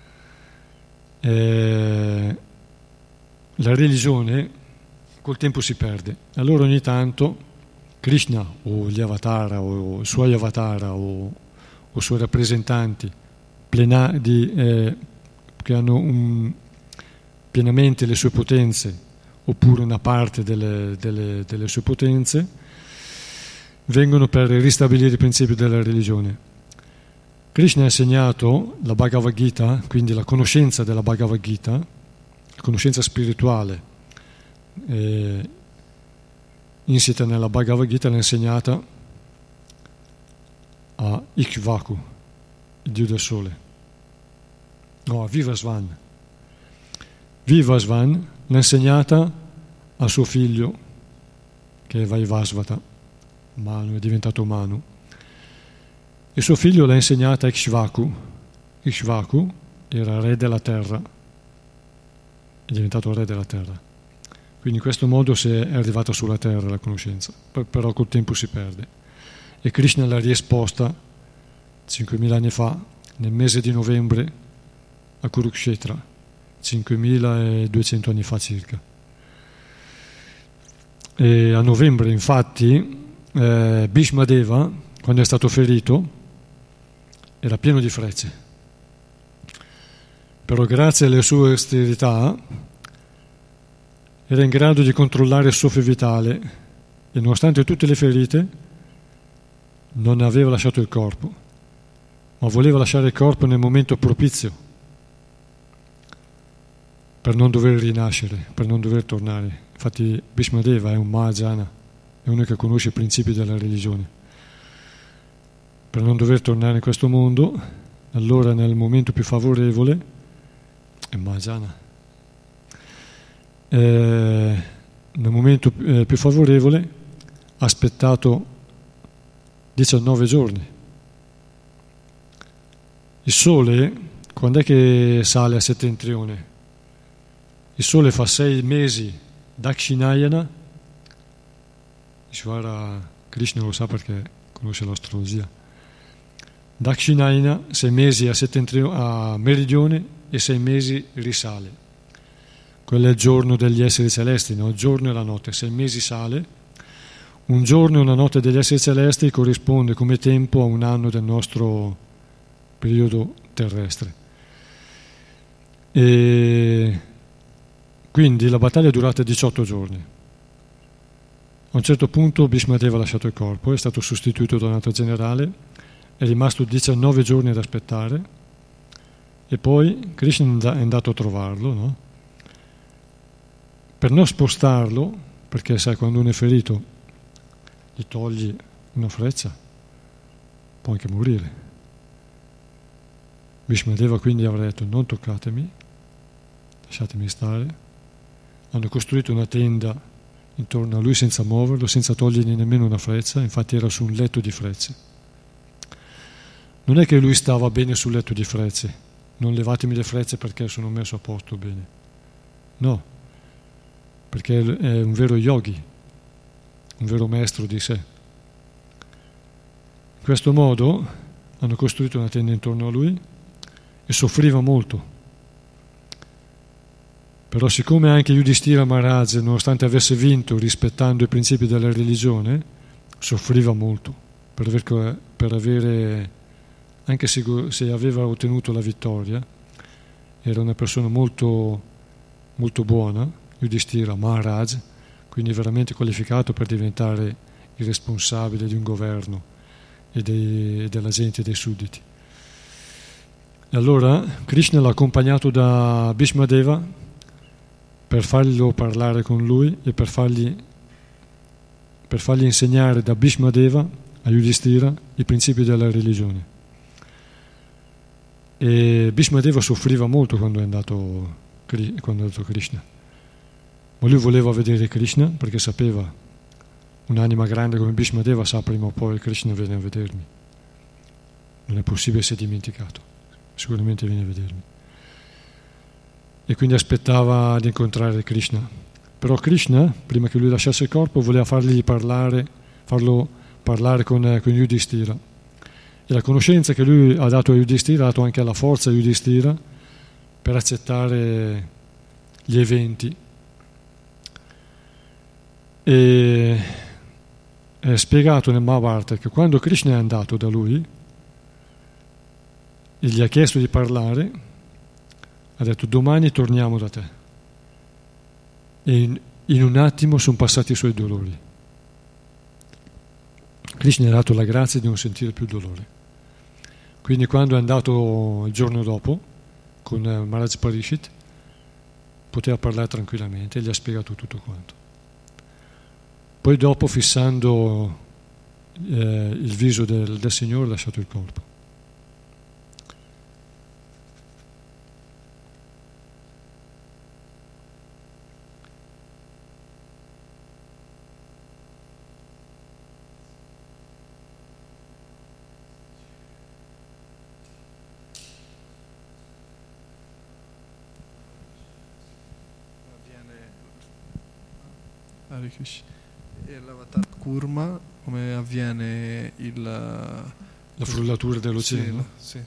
Eh, la religione col tempo si perde, allora ogni tanto Krishna o gli avatara o i suoi avatara o, o i suoi rappresentanti plena, di, eh, che hanno un, pienamente le sue potenze oppure una parte delle, delle, delle sue potenze vengono per ristabilire i principi della religione. Krishna ha insegnato la Bhagavad Gita, quindi la conoscenza della Bhagavad Gita, la conoscenza spirituale eh, insita nella Bhagavad Gita, l'ha insegnata a Ikshvaku, il dio del sole, no, a Vivasvan. Vivasvan l'ha insegnata a suo figlio, che è Vaivasvata, Manu, è diventato Manu. E suo figlio l'ha insegnata a Ikshvaku. Ikshvaku era re della terra, è diventato re della terra. Quindi in questo modo si è arrivata sulla terra la conoscenza, però col tempo si perde. E Krishna l'ha riesposta cinquemila anni fa, nel mese di novembre, a Kurukshetra, cinquemiladuecento anni fa circa. E a novembre, infatti, eh, Bhishma Deva, quando è stato ferito, era pieno di frecce, però grazie alle sue austerità era in grado di controllare il soffio vitale e nonostante tutte le ferite non aveva lasciato il corpo, ma voleva lasciare il corpo nel momento propizio per non dover rinascere, per non dover tornare. Infatti Bhishma Deva è un Mahajana, è uno che conosce i principi della religione. Per non dover tornare in questo mondo, allora nel momento più favorevole è Mahajana. Eh, nel momento eh, più favorevole ha aspettato diciannove giorni. Il sole, quando è che sale a settentrione? Il sole fa sei mesi Dakshinayana. Ishvara Krishna lo sa perché conosce l'astrologia. Dakshinayana, sei mesi a, a meridione e sei mesi risale. Quello è il giorno degli esseri celesti, no? Il giorno e la notte, sei mesi sale. Un giorno e una notte degli esseri celesti corrisponde come tempo a un anno del nostro periodo terrestre. E quindi la battaglia è durata diciotto giorni. A un certo punto Bhishma Deva ha lasciato il corpo, è stato sostituito da un altro generale, è rimasto diciannove giorni ad aspettare e poi Krishna è andato a trovarlo, no? Per non spostarlo, perché sai, quando uno è ferito gli togli una freccia, può anche morire. Bhishma Deva quindi avrà detto: non toccatemi, lasciatemi stare. Hanno costruito una tenda intorno a lui senza muoverlo, senza togliergli nemmeno una freccia, infatti era su un letto di frecce. Non è che lui stava bene sul letto di frecce, non levatemi le frecce perché sono messo a posto bene. No, perché è un vero yogi, un vero maestro di sé. In questo modo hanno costruito una tenda intorno a lui e soffriva molto. Però siccome anche Yudhishthira Maharaj, nonostante avesse vinto rispettando i principi della religione, soffriva molto per, aver, per avere, anche se, se aveva ottenuto la vittoria, era una persona molto, molto buona, Yudhishthira Maharaj, quindi veramente qualificato per diventare il responsabile di un governo e dei, della gente, dei sudditi. E allora Krishna l'ha accompagnato da Bhishmadeva per farlo parlare con lui e per fargli, per fargli insegnare da Bhishmadeva a Yudhishthira i principi della religione. E Bhishmadeva soffriva molto quando è andato, quando è andato Krishna, ma lui voleva vedere Krishna perché sapeva, un'anima grande come Bhishmadeva sa prima o poi Krishna viene a vedermi, non è possibile, si è dimenticato, sicuramente viene a vedermi. E quindi aspettava di incontrare Krishna. Però Krishna, prima che lui lasciasse il corpo, voleva fargli parlare, farlo parlare con, con Yudhishthira. E la conoscenza che lui ha dato a Yudhishthira ha dato anche la forza a Yudhishthira per accettare gli eventi. E è spiegato nel Mahabharata che quando Krishna è andato da lui e gli ha chiesto di parlare, ha detto: domani torniamo da te. E in, in un attimo sono passati i suoi dolori. Krishna gli ha dato la grazia di non sentire più dolore. Quindi quando è andato il giorno dopo con Maharaj Parishit poteva parlare tranquillamente e gli ha spiegato tutto quanto. Poi dopo, fissando eh, il viso del, del Signore, ha lasciato il corpo. E l'avatar Kurma, come avviene il... La frullatura dell'oceano? Sì, sì.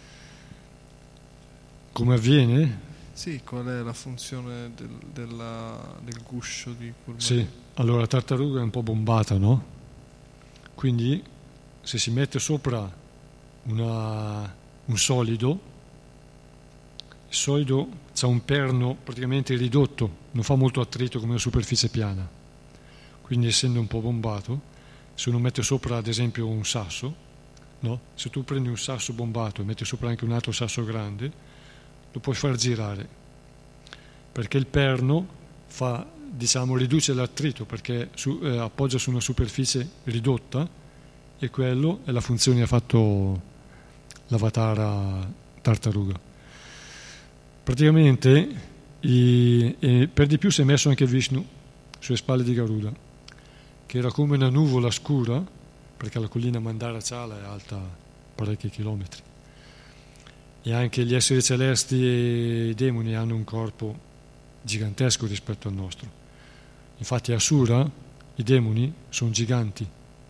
Come avviene? Sì, qual è la funzione del, della, del guscio di Kurma? Sì, allora la tartaruga è un po' bombata, no? Quindi se si mette sopra una, un solido, il solido ha un perno praticamente ridotto, non fa molto attrito come una superficie piana. Quindi essendo un po' bombato, se uno mette sopra ad esempio un sasso, no? Se tu prendi un sasso bombato e metti sopra anche un altro sasso grande, lo puoi far girare, perché il perno fa, diciamo, riduce l'attrito, perché su, eh, appoggia su una superficie ridotta, e quello è la funzione che ha fatto l'avatar tartaruga. Praticamente i, e per di più si è messo anche Vishnu sulle spalle di Garuda, che era come una nuvola scura, perché la collina Mandarachala è alta parecchi chilometri, e anche gli esseri celesti e i demoni hanno un corpo gigantesco rispetto al nostro. Infatti Asura, i demoni, sono giganti,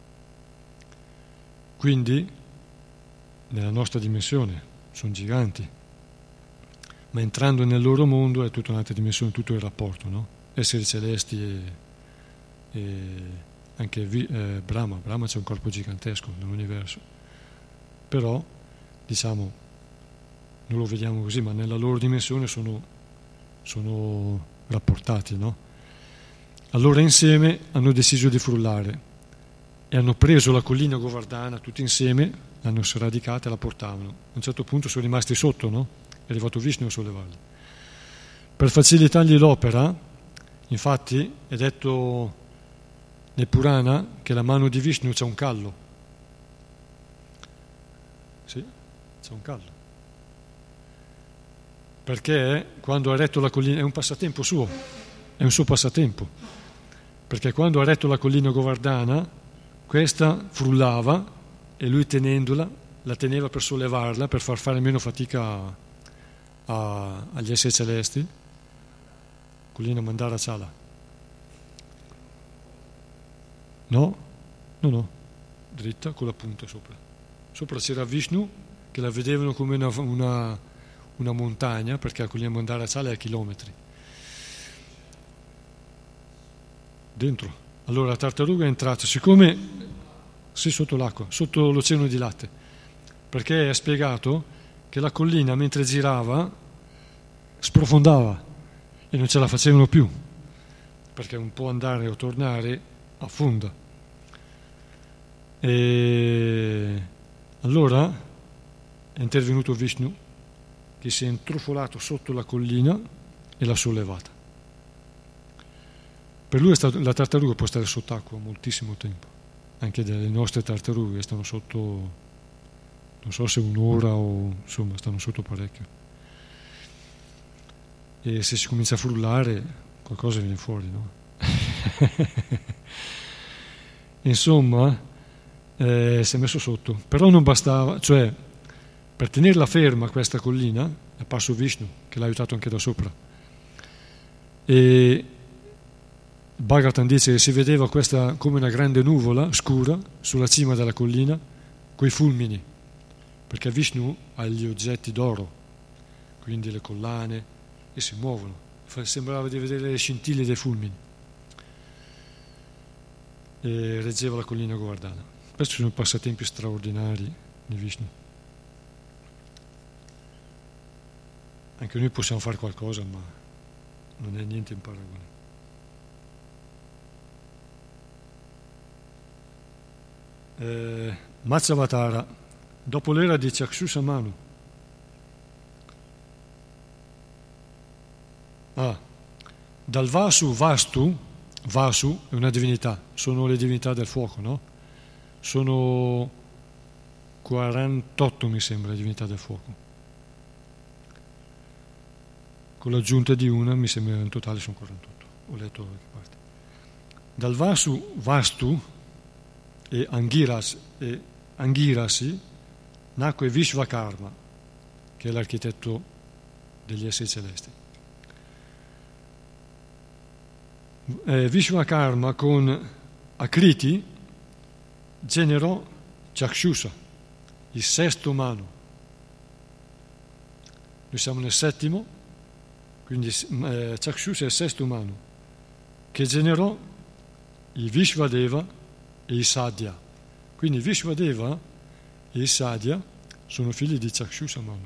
quindi nella nostra dimensione sono giganti, ma entrando nel loro mondo è tutta un'altra dimensione, tutto il rapporto, no? Esseri celesti e, e anche eh, Brahma. Brahma c'è un corpo gigantesco nell'universo, però diciamo non lo vediamo così, ma nella loro dimensione sono, sono rapportati, no? Allora insieme hanno deciso di frullare e hanno preso la collina Govardhana tutti insieme, l'hanno sradicata e la portavano. A un certo punto sono rimasti sotto, no? È arrivato Vishnu a sollevarli. Per facilitargli l'opera, infatti, è detto nel Purana che la mano di Vishnu c'è un callo. Sì, c'è un callo. Perché quando ha retto la collina, è un passatempo suo, è un suo passatempo. Perché quando ha retto la collina Govardhana, questa frullava e lui tenendola, la teneva per sollevarla, per far fare meno fatica a, a, agli esseri celesti. Collina Mandarachala. No, no, no, dritta con la punta sopra. Sopra c'era Vishnu che la vedevano come una, una, una montagna, perché la collina Mandarachala è a chilometri. Dentro. Allora la tartaruga è entrata, siccome sì, sotto l'acqua, sotto l'oceano di latte, perché è spiegato che la collina mentre girava sprofondava e non ce la facevano più, perché un po' andare o tornare affonda. E allora è intervenuto Vishnu, che si è intrufolato sotto la collina e l'ha sollevata. Per lui è stato, la tartaruga può stare sott'acqua moltissimo tempo, anche delle nostre tartarughe stanno sotto, non so se un'ora o insomma stanno sotto parecchio, e se si comincia a frullare qualcosa viene fuori, no? Insomma eh, si è messo sotto, però non bastava, cioè per tenerla ferma questa collina è apparso Vishnu, che l'ha aiutato anche da sopra, e Bhagavatam dice che si vedeva questa come una grande nuvola scura sulla cima della collina coi fulmini, perché Vishnu ha gli oggetti d'oro, quindi le collane, e si muovono, sembrava di vedere le scintille dei fulmini, e reggeva la collina Govardhana. Questi sono passatempi straordinari di Vishnu. Anche noi possiamo fare qualcosa, ma non è niente in paragone. Eh, Matsyavatara, dopo l'era di Chakshusamanu. Ah, dal Vasu Vastu, Vasu è una divinità, sono le divinità del fuoco, no? Sono quarantotto, mi sembra, le divinità del fuoco. Con l'aggiunta di una, mi sembra in totale sono quarantotto. Ho letto da qualche parte. Dal Vasu Vastu e Angiras e Angirasi nacque Vishvakarma, che è l'architetto degli esseri celesti. Eh, Vishvakarma con Akriti generò Chakshusa, il sesto umano. Noi siamo nel settimo, quindi eh, Chakshusa è il sesto umano, che generò il Vishvadeva e i Sadhya. Quindi Vishvadeva e i Sadhya sono figli di Chakshusamanu.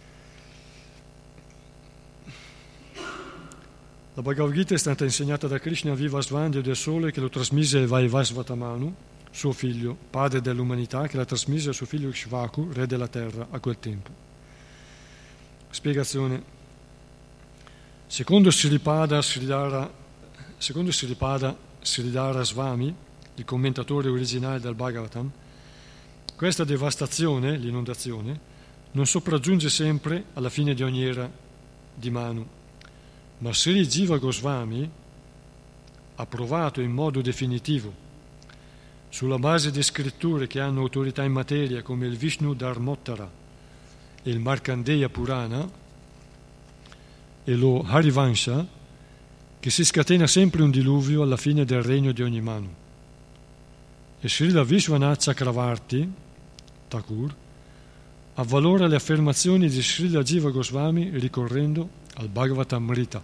La Bhagavad Gita è stata insegnata da Krishna Vivasvan, Dio del Sole, che lo trasmise a Vaivasvatamanu, suo figlio, padre dell'umanità, che la trasmise a suo figlio Ikshvaku, re della terra, a quel tempo. Spiegazione. Secondo Sripada Sridhara, secondo Sripada Sridhara Swami, il commentatore originale del Bhagavatam, questa devastazione, l'inondazione, non sopraggiunge sempre alla fine di ogni era di Manu, ma Sri Jiva Goswami ha provato in modo definitivo, sulla base di scritture che hanno autorità in materia come il Vishnu Dharmottara e il Markandeya Purana e lo Harivansha, che si scatena sempre un diluvio alla fine del regno di ogni Manu. E Srila Vishwanath Chakravarti Thakur avvalora le affermazioni di Srila Jiva Goswami ricorrendo al Bhagavatamrita.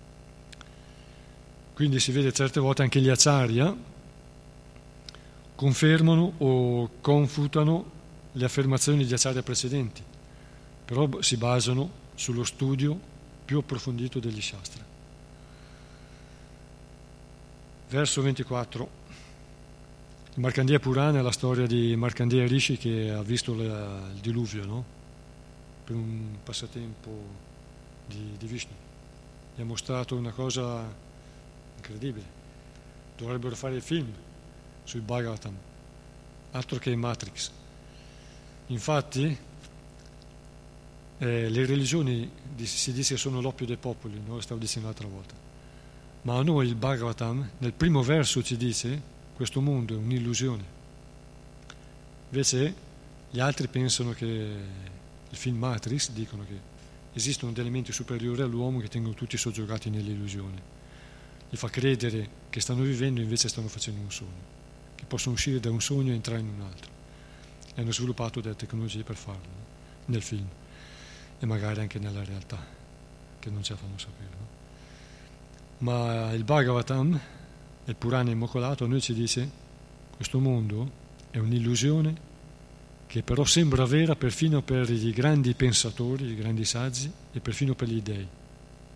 Quindi si vede certe volte anche gli acharya confermano o confutano le affermazioni di acharya precedenti, però si basano sullo studio più approfondito degli shastra. Verso ventiquattro. Il Markandeya Purana è la storia di Markandeya Rishi che ha visto la, il diluvio, no? Per un passatempo di, di Vishnu. Gli ha mostrato una cosa incredibile. Dovrebbero fare il film sul Bhagavatam, altro che Matrix. Infatti eh, le religioni si dice che sono l'oppio dei popoli, no? Lo stavo dicendo l'altra volta. Ma a noi il Bhagavatam nel primo verso ci dice: questo mondo è un'illusione. Invece gli altri pensano che il film Matrix, dicono che esistono degli elementi superiori all'uomo che tengono tutti soggiogati nell'illusione. Gli fa credere che stanno vivendo, invece stanno facendo un sogno, che possono uscire da un sogno e entrare in un altro. E hanno sviluppato delle tecnologie per farlo, no? Nel film e magari anche nella realtà, che non ce la fanno sapere, no? Ma il Bhagavatam, il Purana Immacolato, a noi ci dice: questo mondo è un'illusione che però sembra vera perfino per i grandi pensatori, i grandi saggi e perfino per gli dei.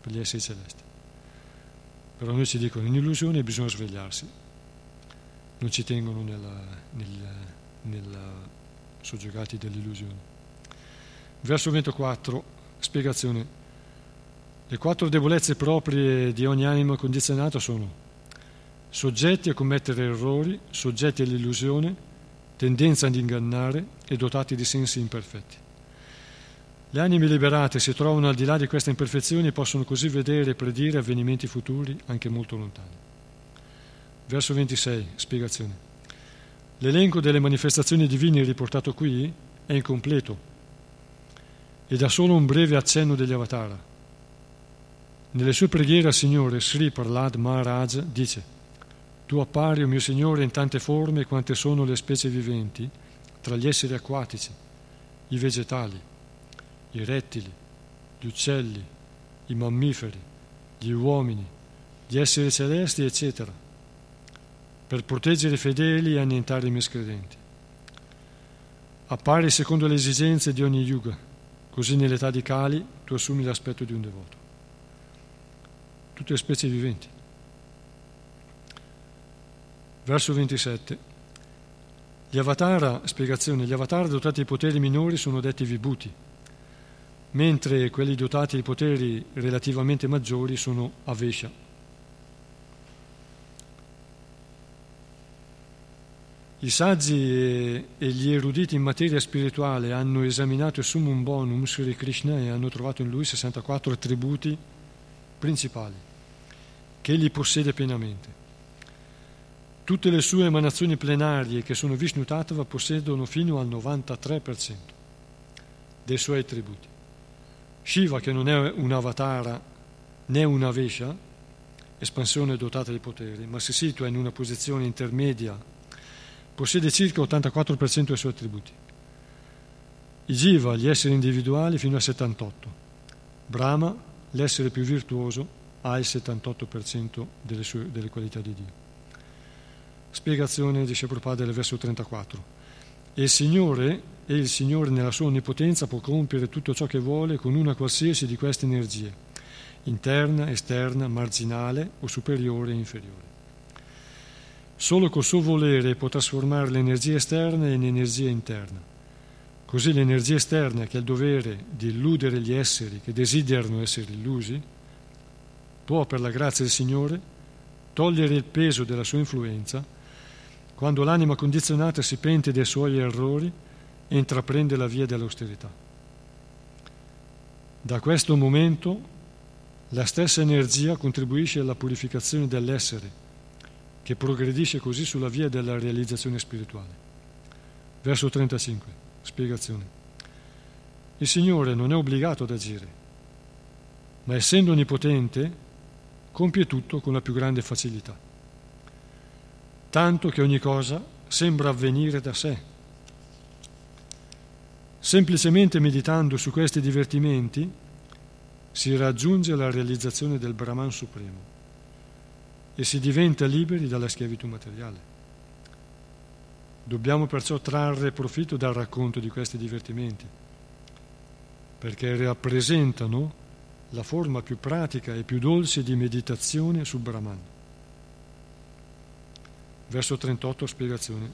per gli esseri celesti. Però noi ci dicono in illusione bisogna svegliarsi, non ci tengono nella, nel, nella soggiogati dell'illusione. Verso ventiquattro, spiegazione. Le quattro debolezze proprie di ogni anima condizionata sono soggetti a commettere errori, soggetti all'illusione, tendenza ad ingannare e dotati di sensi imperfetti. Le anime liberate si trovano al di là di queste imperfezioni e possono così vedere e predire avvenimenti futuri anche molto lontani. Verso ventisei, spiegazione. L'elenco delle manifestazioni divine riportato qui è incompleto e dà solo un breve accenno degli avatara. Nelle sue preghiere al Signore, Sri Prahlad Maharaj dice: Tu appari, o mio Signore, in tante forme quante sono le specie viventi, tra gli esseri acquatici, i vegetali, i rettili, gli uccelli, i mammiferi, gli uomini, gli esseri celesti, eccetera, per proteggere i fedeli e annientare i miscredenti. Appari secondo le esigenze di ogni yuga, così nell'età di Kali tu assumi l'aspetto di un devoto. Tutte le specie viventi. Verso ventisette. Gli avatara, spiegazione, gli avatara dotati di poteri minori sono detti vibhuti, mentre quelli dotati di poteri relativamente maggiori sono avesha. I saggi e, e gli eruditi in materia spirituale hanno esaminato il Summum Bonum Sri Krishna e hanno trovato in lui sessantaquattro attributi principali che egli possiede pienamente. Tutte le sue emanazioni plenarie che sono Vishnu Tattva possiedono fino al novantatré per cento dei suoi attributi. Shiva, che non è un avatara né una Vesha, espansione dotata di poteri, ma si situa in una posizione intermedia, possiede circa ottantaquattro per cento dei suoi attributi. I Jiva, gli esseri individuali, fino al settantotto. Brahma, l'essere più virtuoso, ha il settantotto per cento delle, sue, delle qualità di Dio. Spiegazione di Srila Prabhupada del verso trentaquattro. E il Signore, e il Signore nella sua onnipotenza può compiere tutto ciò che vuole con una qualsiasi di queste energie, interna, esterna, marginale o superiore e inferiore. Solo col suo volere può trasformare l'energia esterna in energia interna. Così l'energia esterna, che ha il dovere di illudere gli esseri che desiderano essere illusi, può, per la grazia del Signore, togliere il peso della sua influenza quando l'anima condizionata si pente dei suoi errori e intraprende la via dell'austerità. Da questo momento la stessa energia contribuisce alla purificazione dell'essere, che progredisce così sulla via della realizzazione spirituale. Verso trentacinque, spiegazione. Il Signore non è obbligato ad agire, ma essendo onnipotente compie tutto con la più grande facilità, tanto che ogni cosa sembra avvenire da sé. Semplicemente meditando su questi divertimenti si raggiunge la realizzazione del Brahman Supremo e si diventa liberi dalla schiavitù materiale. Dobbiamo perciò trarre profitto dal racconto di questi divertimenti, perché rappresentano la forma più pratica e più dolce di meditazione sul Brahman. Verso trentotto, spiegazione.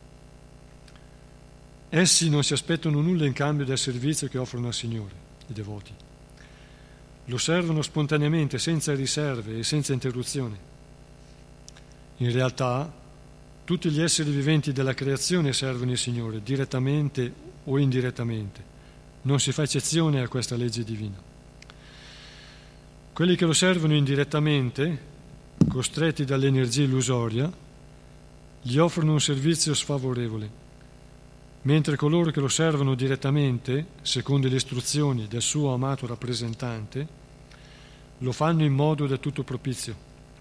Essi non si aspettano nulla in cambio del servizio che offrono al Signore, i devoti. Lo servono spontaneamente, senza riserve e senza interruzione. In realtà, tutti gli esseri viventi della creazione servono il Signore, direttamente o indirettamente. Non si fa eccezione a questa legge divina. Quelli che lo servono indirettamente, costretti dall'energia illusoria, gli offrono un servizio sfavorevole, mentre coloro che lo servono direttamente, secondo le istruzioni del suo amato rappresentante, lo fanno in modo del tutto propizio.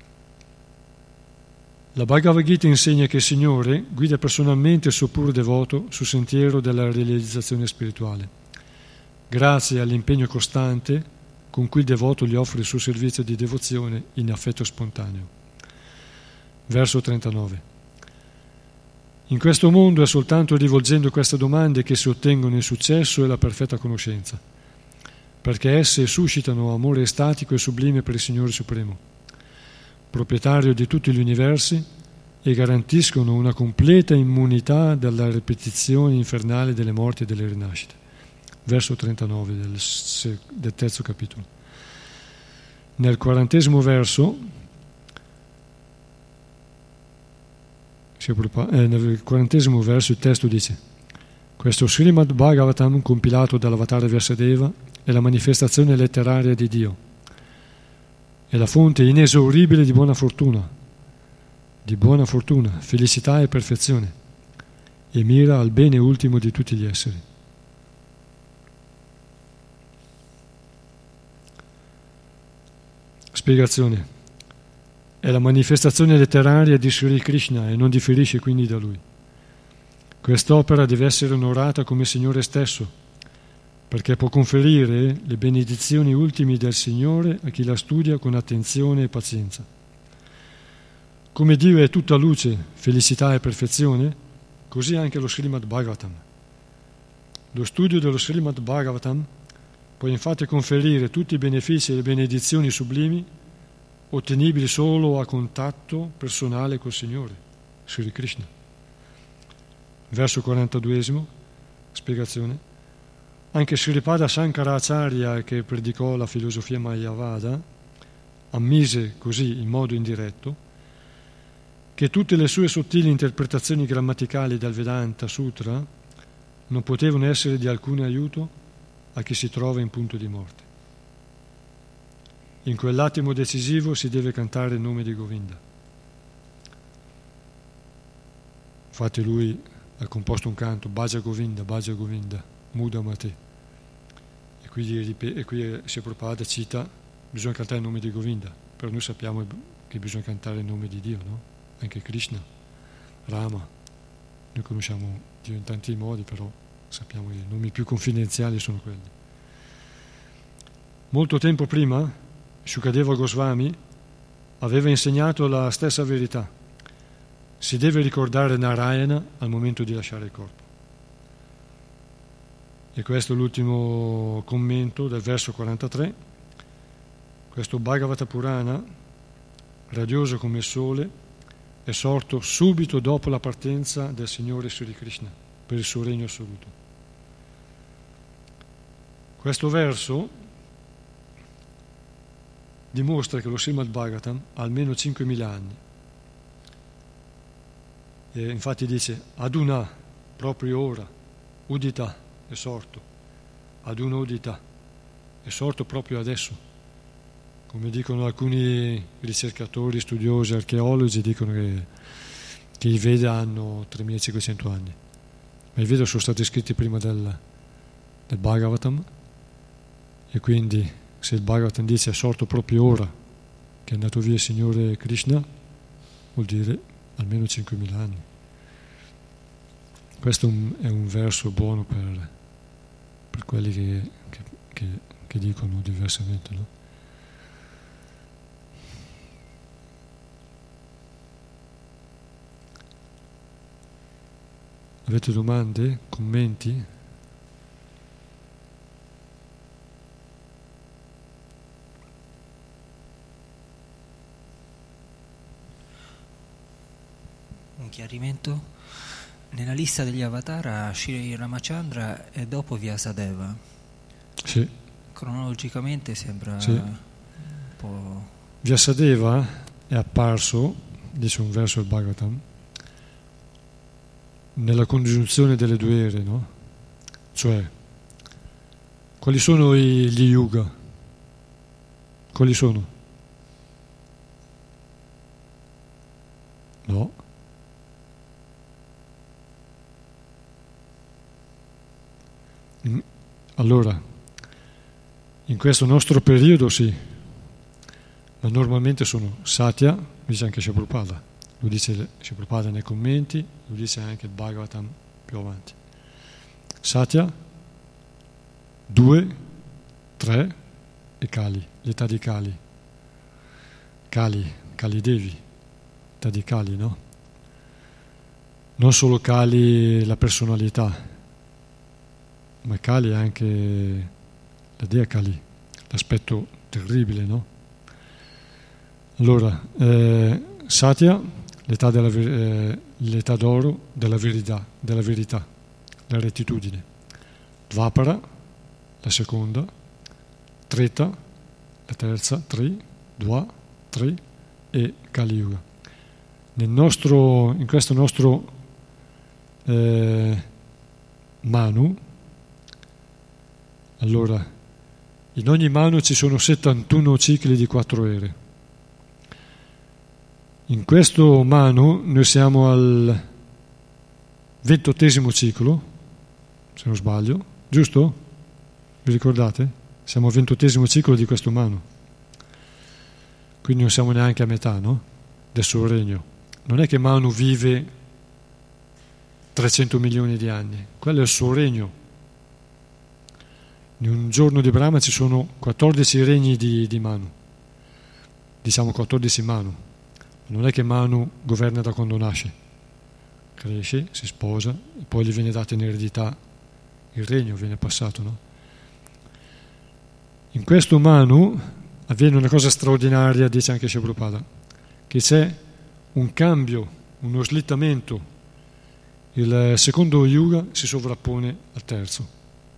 La Bhagavad Gita insegna che il Signore guida personalmente il suo puro devoto sul sentiero della realizzazione spirituale, grazie all'impegno costante con cui il devoto gli offre il suo servizio di devozione in affetto spontaneo. Verso trentanove. In questo mondo è soltanto rivolgendo queste domande che si ottengono il successo e la perfetta conoscenza. perché esse suscitano amore estatico e sublime per il Signore Supremo, proprietario di tutti gli universi, e garantiscono una completa immunità dalla ripetizione infernale delle morti e delle rinascite. Verso trentanove del, del terzo capitolo. Nel quarantesimo verso, eh, nel quarantesimo verso il testo dice: questo Srimad Bhagavatam compilato dall'Avatara Vyasadeva è la manifestazione letteraria di Dio, è la fonte inesauribile di buona fortuna, di buona fortuna, felicità e perfezione, e mira al bene ultimo di tutti gli esseri. Spiegazione. È la manifestazione letteraria di Sri Krishna e non differisce quindi da lui. Quest'opera deve essere onorata come Signore stesso, perché può conferire le benedizioni ultime del Signore a chi la studia con attenzione e pazienza. Come Dio è tutta luce, felicità e perfezione, così anche lo Srimad Bhagavatam. Lo studio dello Srimad Bhagavatam può infatti conferire tutti i benefici e le benedizioni sublimi ottenibili solo a contatto personale col Signore, Sri Krishna. Verso quarantaduesimo, spiegazione. Anche Sripada Shankaracharya, che predicò la filosofia Mayavada, ammise così in modo indiretto che tutte le sue sottili interpretazioni grammaticali del Vedanta Sutra non potevano essere di alcun aiuto a chi si trova in punto di morte. In quell'attimo decisivo si deve cantare il nome di Govinda. Infatti lui ha composto un canto, Bhaja Govinda, Bhaja Govinda, Muda Mate. E qui, e qui Srila Prabhupada cita, bisogna cantare il nome di Govinda, però noi sappiamo che bisogna cantare il nome di Dio, no? Anche Krishna, Rama. Noi conosciamo Dio in tanti modi, però sappiamo che i nomi più confidenziali sono quelli. Molto tempo prima, Shukadeva Goswami aveva insegnato la stessa verità. Si deve ricordare Narayana al momento di lasciare il corpo. E questo è l'ultimo commento del verso quarantatré. Questo Bhagavata Purana, radioso come il sole, è sorto subito dopo la partenza del Signore Sri Krishna per il suo regno assoluto. Questo verso dimostra che lo Srimad Bhagavatam ha almeno cinquemila anni. E infatti dice Aduna, proprio ora, Udita è sorto, Aduna Udita è sorto proprio adesso. Come dicono alcuni ricercatori, studiosi, archeologi, dicono che, che i Veda hanno tremilacinquecento anni. Ma i Veda sono stati scritti prima del, del Bhagavatam, e quindi se il Bhagavatam dice è sorto proprio ora che è andato via il Signore Krishna, vuol dire almeno cinquemila anni. Questo è un, è un verso buono per, per quelli che, che, che, che dicono diversamente, no? Avete domande? Commenti? Un chiarimento? Nella lista degli avatara Shri Ramachandra è dopo Vyasadeva. Sì. Cronologicamente sembra sì. un po'... Vyasadeva è apparso, dice un verso del Bhagavatam, nella congiunzione delle due ere, no? Cioè, quali sono i, gli yuga? Quali sono? No. In, allora, in questo nostro periodo sì, ma normalmente sono Satya, dice anche Srila Prabhupada. Lo dice Srila Prabhupada nei commenti, lo dice anche il Bhagavatam più avanti. Satya, due, tre e Kali, l'età di Kali. Kali, Kali Devi, l'età di Kali, no? Non solo Kali la personalità, ma Kali è anche la dea Kali, l'aspetto terribile, no? Allora, eh, Satya, l'età, della, eh, l'età d'oro della verità, della verità, la rettitudine. Dvapara, la seconda. Treta, la terza. Tri, Dva, Tri e Kali Yuga. Nel nostro, in questo nostro eh, Manu, allora, in ogni Manu ci sono settantuno cicli di quattro ere. In questo Manu noi siamo al ventottesimo ciclo, se non sbaglio, giusto? Vi ricordate? Siamo al ventottesimo ciclo di questo Manu. Quindi non siamo neanche a metà, no? Del suo regno. Non è che Manu vive trecento milioni di anni, quello è il suo regno. In un giorno di Brahma ci sono quattordici regni di, di Manu, diciamo quattordici Manu. Non è che Manu governa da quando nasce, cresce, si sposa e poi gli viene dato in eredità il regno, viene passato, no? In questo Manu avviene una cosa straordinaria, dice anche Srila Prabhupada, che c'è un cambio, uno slittamento. Il secondo Yuga si sovrappone al terzo.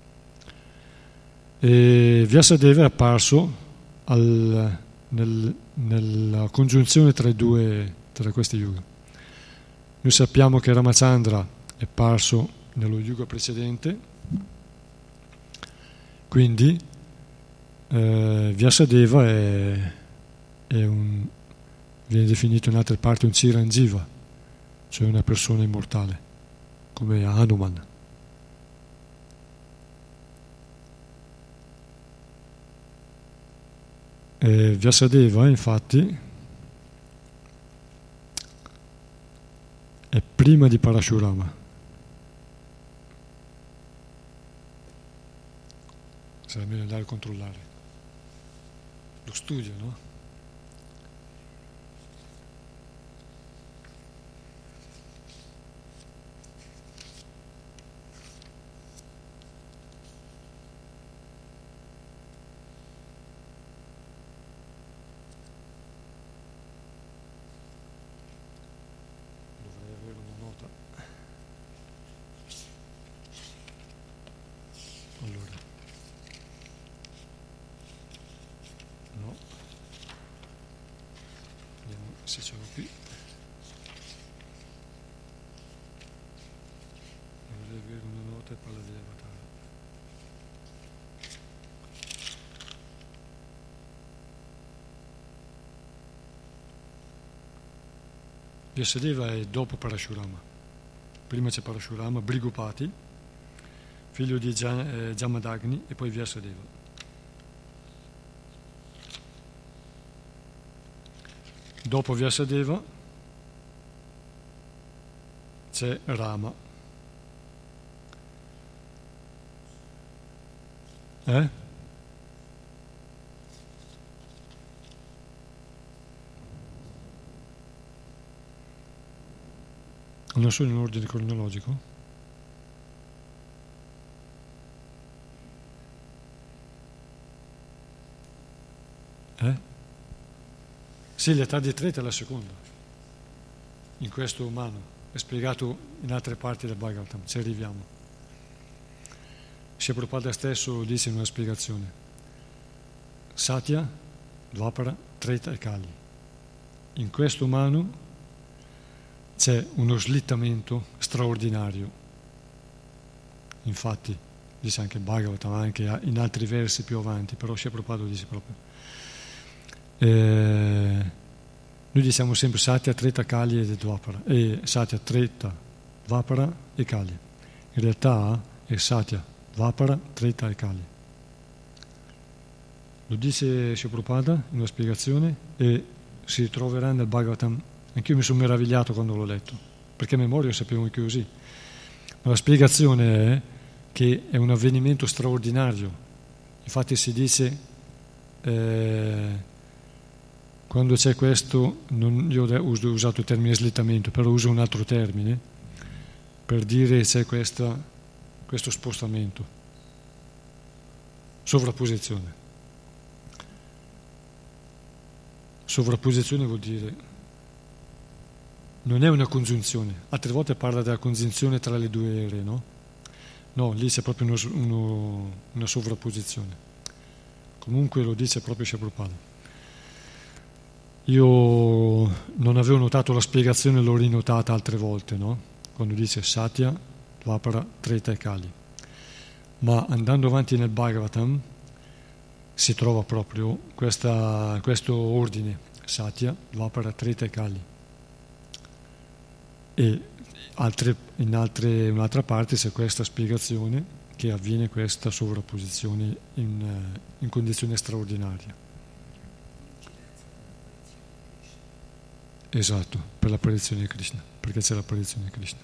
E Vyasadeva è apparso al, nel, nella congiunzione tra i due, tra questi Yuga. Noi sappiamo che Ramachandra è apparso nello Yuga precedente, quindi eh, Vyasadeva è, è un, viene definito in altre parti un Chiranjiva, cioè una persona immortale, come Hanuman. E Vyasadeva, infatti, è prima di Parashurama. Sarebbe meglio andare a controllare. Lo studio, no? Se ce l'ho qui, dovrei avere una nota e parla degli avatar. Vyasadeva è dopo Parashurama. Prima c'è Parashurama, Brigupati, figlio di Jamadagni, e poi Vyasadeva. Dopo Vyasadeva c'è Rama. Eh? Non sono in ordine cronologico? Eh? Sì, l'età di Treta è la seconda, in questo umano, è spiegato in altre parti del Bhagavatam, ci arriviamo. Srila Prabhupada stesso lo dice in una spiegazione. Satya, Dvapara, Treta e Kali. In questo umano c'è uno slittamento straordinario. Infatti, dice anche il Bhagavatam, anche in altri versi più avanti, però Srila Prabhupada lo dice proprio. Eh, noi diciamo sempre Satya, Treta, Kali e Dvapara, e Satya, Treta, Dvapara e Kali. In realtà è Satya, Dvapara, Treta e Kali. Lo dice Srila Prabhupada in una spiegazione e si ritroverà nel Bhagavatam. Anch'io mi sono meravigliato quando l'ho letto, perché a memoria lo sapevo anche così. Ma la spiegazione è che è un avvenimento straordinario. Infatti si dice eh, quando c'è questo, non, io ho usato il termine slittamento, però uso un altro termine per dire c'è questa, questo spostamento. sovrapposizione. Sovrapposizione vuol dire, non è una congiunzione. Altre volte parla della congiunzione tra le due ere, no? No, lì c'è proprio uno, uno, una sovrapposizione. Comunque lo dice proprio Srila Prabhupada. Io non avevo notato la spiegazione, l'ho rinotata altre volte, no? Quando dice Satya, Dvapara, Treta e Kali. Ma andando avanti nel Bhagavatam si trova proprio questa, questo ordine, Satya, Dvapara, Treta e Kali. E altre, in altre, un'altra parte c'è questa spiegazione che avviene questa sovrapposizione in, in condizione straordinaria. Esatto, per l'apparizione di Krishna, perché c'è l'apparizione di Krishna.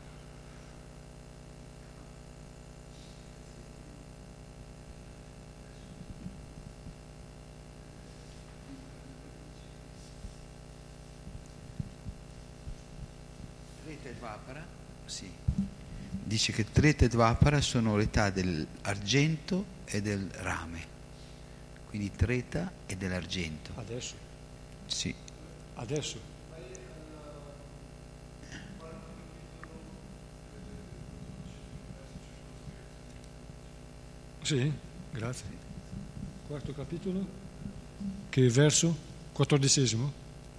Treta e Dvapara, sì. Dice che Treta e Dvapara sono l'età dell'argento e del rame. Quindi Treta e dell'argento. Adesso? Sì. Adesso? Sì, grazie. Quarto capitolo? Che verso? Quattordicesimo?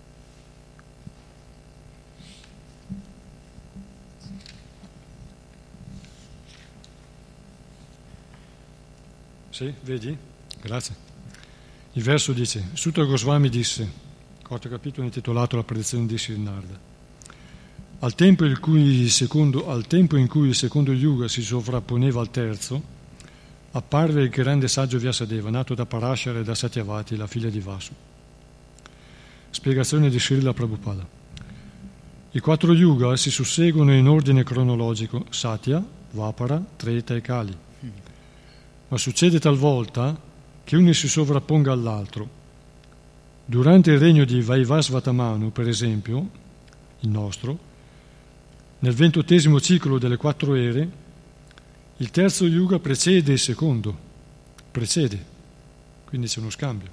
Sì, vedi? Grazie. Il verso dice, Sutta Goswami disse, quarto capitolo intitolato La predizione di Srinarda, al tempo in cui il secondo, al tempo in cui il secondo yuga si sovrapponeva al terzo, apparve il grande saggio Vyasadeva, nato da Parashara e da Satyavati, la figlia di Vasu. Spiegazione di Srila Prabhupada. I quattro yuga si susseguono in ordine cronologico, Satya, Dvapara, Treta e Kali. Ma succede talvolta che uno si sovrapponga all'altro. Durante il regno di Vaivasvatamanu, per esempio, il nostro, nel ventottesimo ciclo delle quattro ere, il terzo yuga precede il secondo, precede, quindi c'è uno scambio.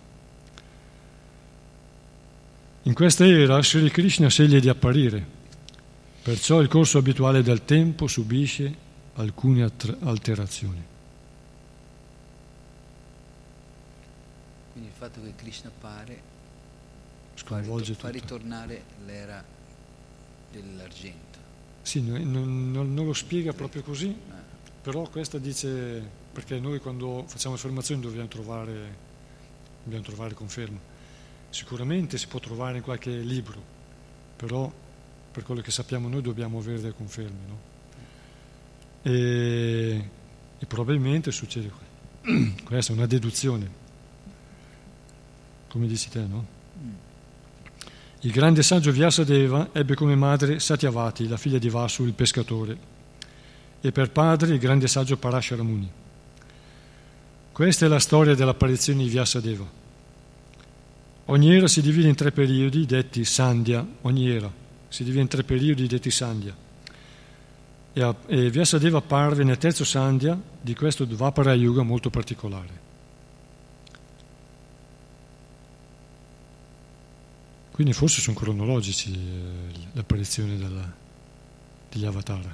In questa era Sri Krishna sceglie di apparire, perciò il corso abituale del tempo subisce alcune alterazioni. Quindi il fatto che Krishna appare sconvolge fa, fa tutto. ritornare l'era dell'argento. Sì, non, non, non lo spiega proprio così, però questa dice, perché noi quando facciamo affermazioni dobbiamo trovare, dobbiamo trovare conferma. Sicuramente si può trovare in qualche libro, però per quello che sappiamo noi dobbiamo avere delle conferme, no? E, e probabilmente succede questa è una deduzione, come dici te, no? Il grande saggio Vyasadeva ebbe come madre Satyavati, la figlia di Vasu, il pescatore, e per padre il grande saggio Parashara Muni. Questa è la storia dell'apparizione di Vyasadeva. Ogni era si divide in tre periodi detti Sandhya, ogni era si divide in tre periodi detti Sandhya. E, e Vyasadeva apparve nel terzo Sandhya di questo Dvapara Yuga molto particolare. Quindi forse sono cronologici eh, l'apparizione della, degli Avatara.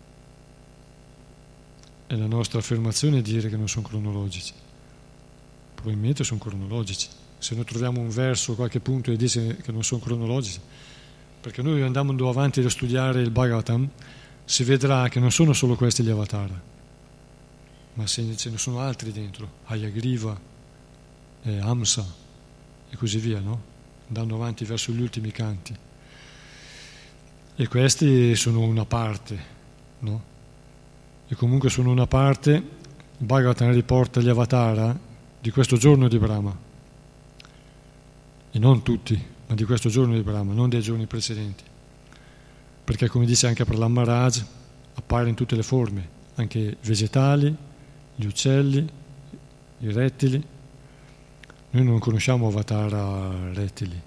E la nostra affermazione è dire che non sono cronologici. Probabilmente sono cronologici. Se noi troviamo un verso, qualche punto e dice che non sono cronologici, perché noi andando avanti a studiare il Bhagavatam si vedrà che non sono solo questi gli Avatara, ma ce ne sono altri dentro, Hayagriva, eh, Amsa e così via, no? Andando avanti verso gli ultimi canti. E questi sono una parte, no? E comunque sono una parte, il Bhagavatam riporta gli Avatara di questo giorno di Brahma, e non tutti, ma di questo giorno di Brahma, non dei giorni precedenti, perché come dice anche Prahlad Maharaj appare in tutte le forme, anche vegetali, gli uccelli, i rettili. Noi non conosciamo Avatara rettili,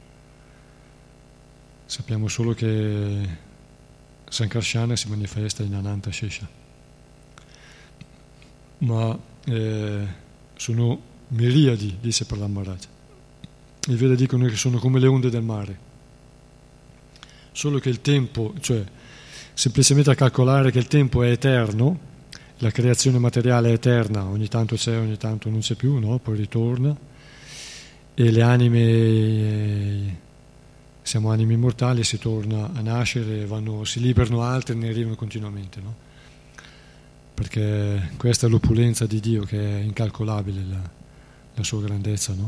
sappiamo solo che Sankarsana si manifesta in Ananta Shesha. Ma eh, sono miriadi, disse Prahlad Maharaj. I Veda dicono che sono come le onde del mare, solo che il tempo, cioè semplicemente a calcolare che il tempo è eterno, la creazione materiale è eterna, ogni tanto c'è, ogni tanto non c'è più, no? Poi ritorna, e le anime, eh, siamo anime immortali, si torna a nascere, vanno, si liberano altre e ne arrivano continuamente, no? Perché questa è l'opulenza di Dio, che è incalcolabile, la, la sua grandezza, no?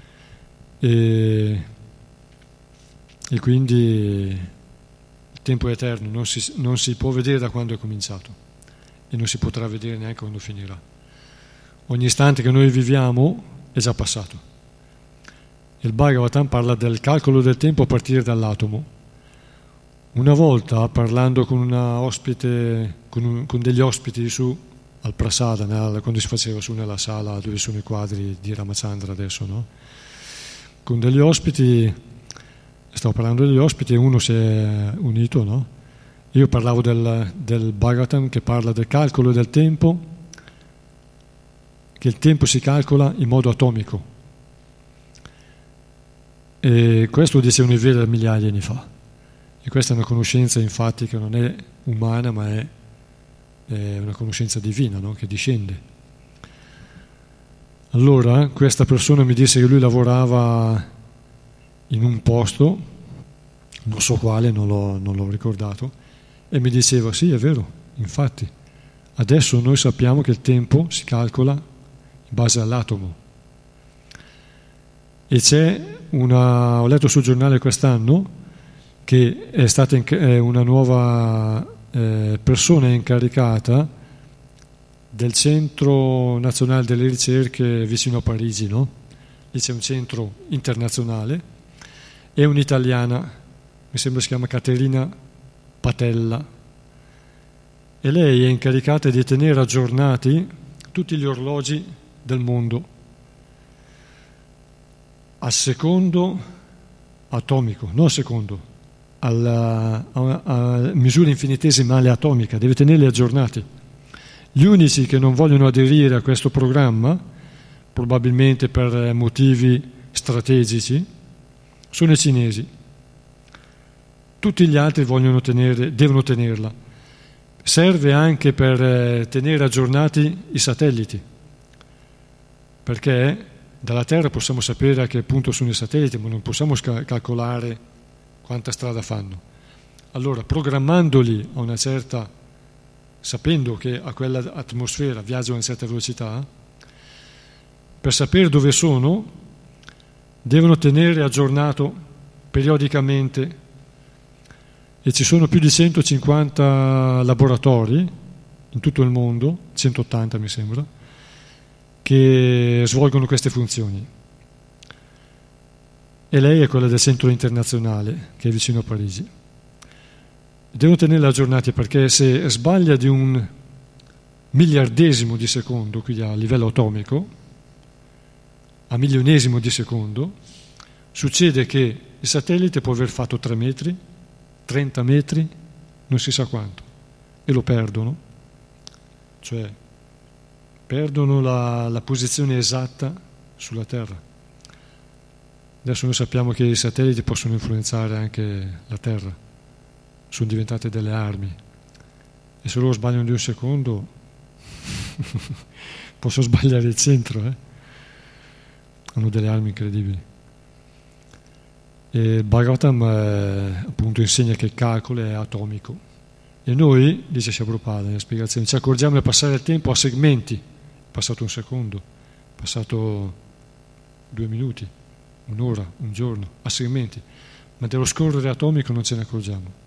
E, e quindi il tempo è eterno, non si, non si può vedere da quando è cominciato e non si potrà vedere neanche quando finirà. Ogni istante che noi viviamo è già passato. Il Bhagavatam parla del calcolo del tempo a partire dall'atomo. Una volta, parlando con una ospite, con, un, con degli ospiti su al Prasada, nella, quando si faceva su nella sala dove sono i quadri di Ramachandra adesso, no? Con degli ospiti, stavo parlando degli ospiti e uno si è unito, no? Io parlavo del, del Bhagavatam che parla del calcolo del tempo, che il tempo si calcola in modo atomico. E questo lo dicevano i Veda migliaia di anni fa. E questa è una conoscenza infatti che non è umana, ma è, è una conoscenza divina, no? Che discende. Allora questa persona mi disse che lui lavorava in un posto, non so quale, non l'ho, non l'ho ricordato, e mi diceva sì, è vero, infatti adesso noi sappiamo che il tempo si calcola in base all'atomo. E c'è una, ho letto sul giornale quest'anno che è stata in, è una nuova eh, persona incaricata del Centro Nazionale delle Ricerche vicino a Parigi, no? Lì c'è un centro internazionale, e un'italiana, mi sembra si chiama Caterina Patella, e lei è incaricata di tenere aggiornati tutti gli orologi del mondo al secondo atomico, non al secondo, alla, a, a misura infinitesimale atomica, deve tenerli aggiornati. Gli unici che non vogliono aderire a questo programma, probabilmente per motivi strategici, sono i cinesi. Tutti gli altri vogliono tenere, devono tenerla. Serve anche per tenere aggiornati i satelliti, perché dalla Terra possiamo sapere a che punto sono i satelliti, ma non possiamo calcolare quanta strada fanno. Allora, programmandoli a una certa, sapendo che a quella atmosfera viaggiano a una certa velocità, per sapere dove sono, devono tenere aggiornato periodicamente, e ci sono più di centocinquanta laboratori in tutto il mondo, centottanta mi sembra, che svolgono queste funzioni. E lei è quella del centro internazionale che è vicino a Parigi. Devono tenerla aggiornati, perché se sbaglia di un miliardesimo di secondo, quindi a livello atomico, a milionesimo di secondo, succede che il satellite può aver fatto tre metri, trenta metri, non si sa quanto, e lo perdono, cioè perdono la, la posizione esatta sulla Terra. Adesso noi sappiamo che i satelliti possono influenzare anche la Terra, sono diventate delle armi, e se loro sbagliano di un secondo possono sbagliare il centro, eh? Hanno delle armi incredibili. E Bhagavatam eh, appunto insegna che il calcolo è atomico, e noi, dice Srila Prabhupada nella spiegazione, ci accorgiamo nel passare il tempo a segmenti, è passato un secondo, è passato due minuti, un'ora, un giorno, a segmenti, ma dello scorrere atomico non ce ne accorgiamo.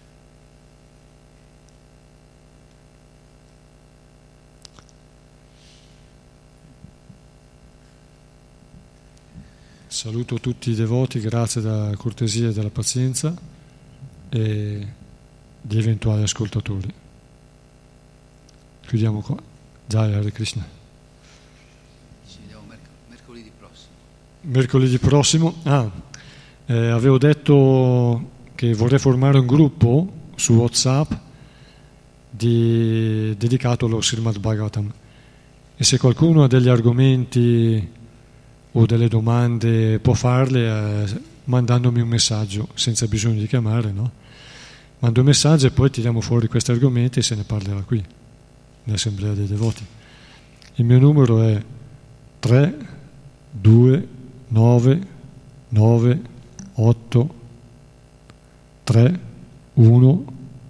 Saluto tutti i devoti, grazie della cortesia e della pazienza, e gli eventuali ascoltatori. Chiudiamo qua. Jai Hare Krishna. Ci vediamo merc- mercoledì prossimo. Mercoledì prossimo? Ah, eh, avevo detto che vorrei formare un gruppo su WhatsApp di, dedicato allo Srimad Bhagavatam. E se qualcuno ha degli argomenti o delle domande può farle eh, mandandomi un messaggio, senza bisogno di chiamare, no? Mando un messaggio e poi tiriamo fuori questi argomenti e se ne parlerà qui, nell'Assemblea dei Devoti. Il mio numero è tre due nove nove otto tre uno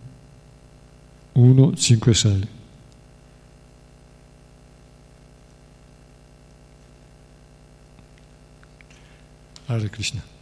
uno cinque sei. Hare Krishna.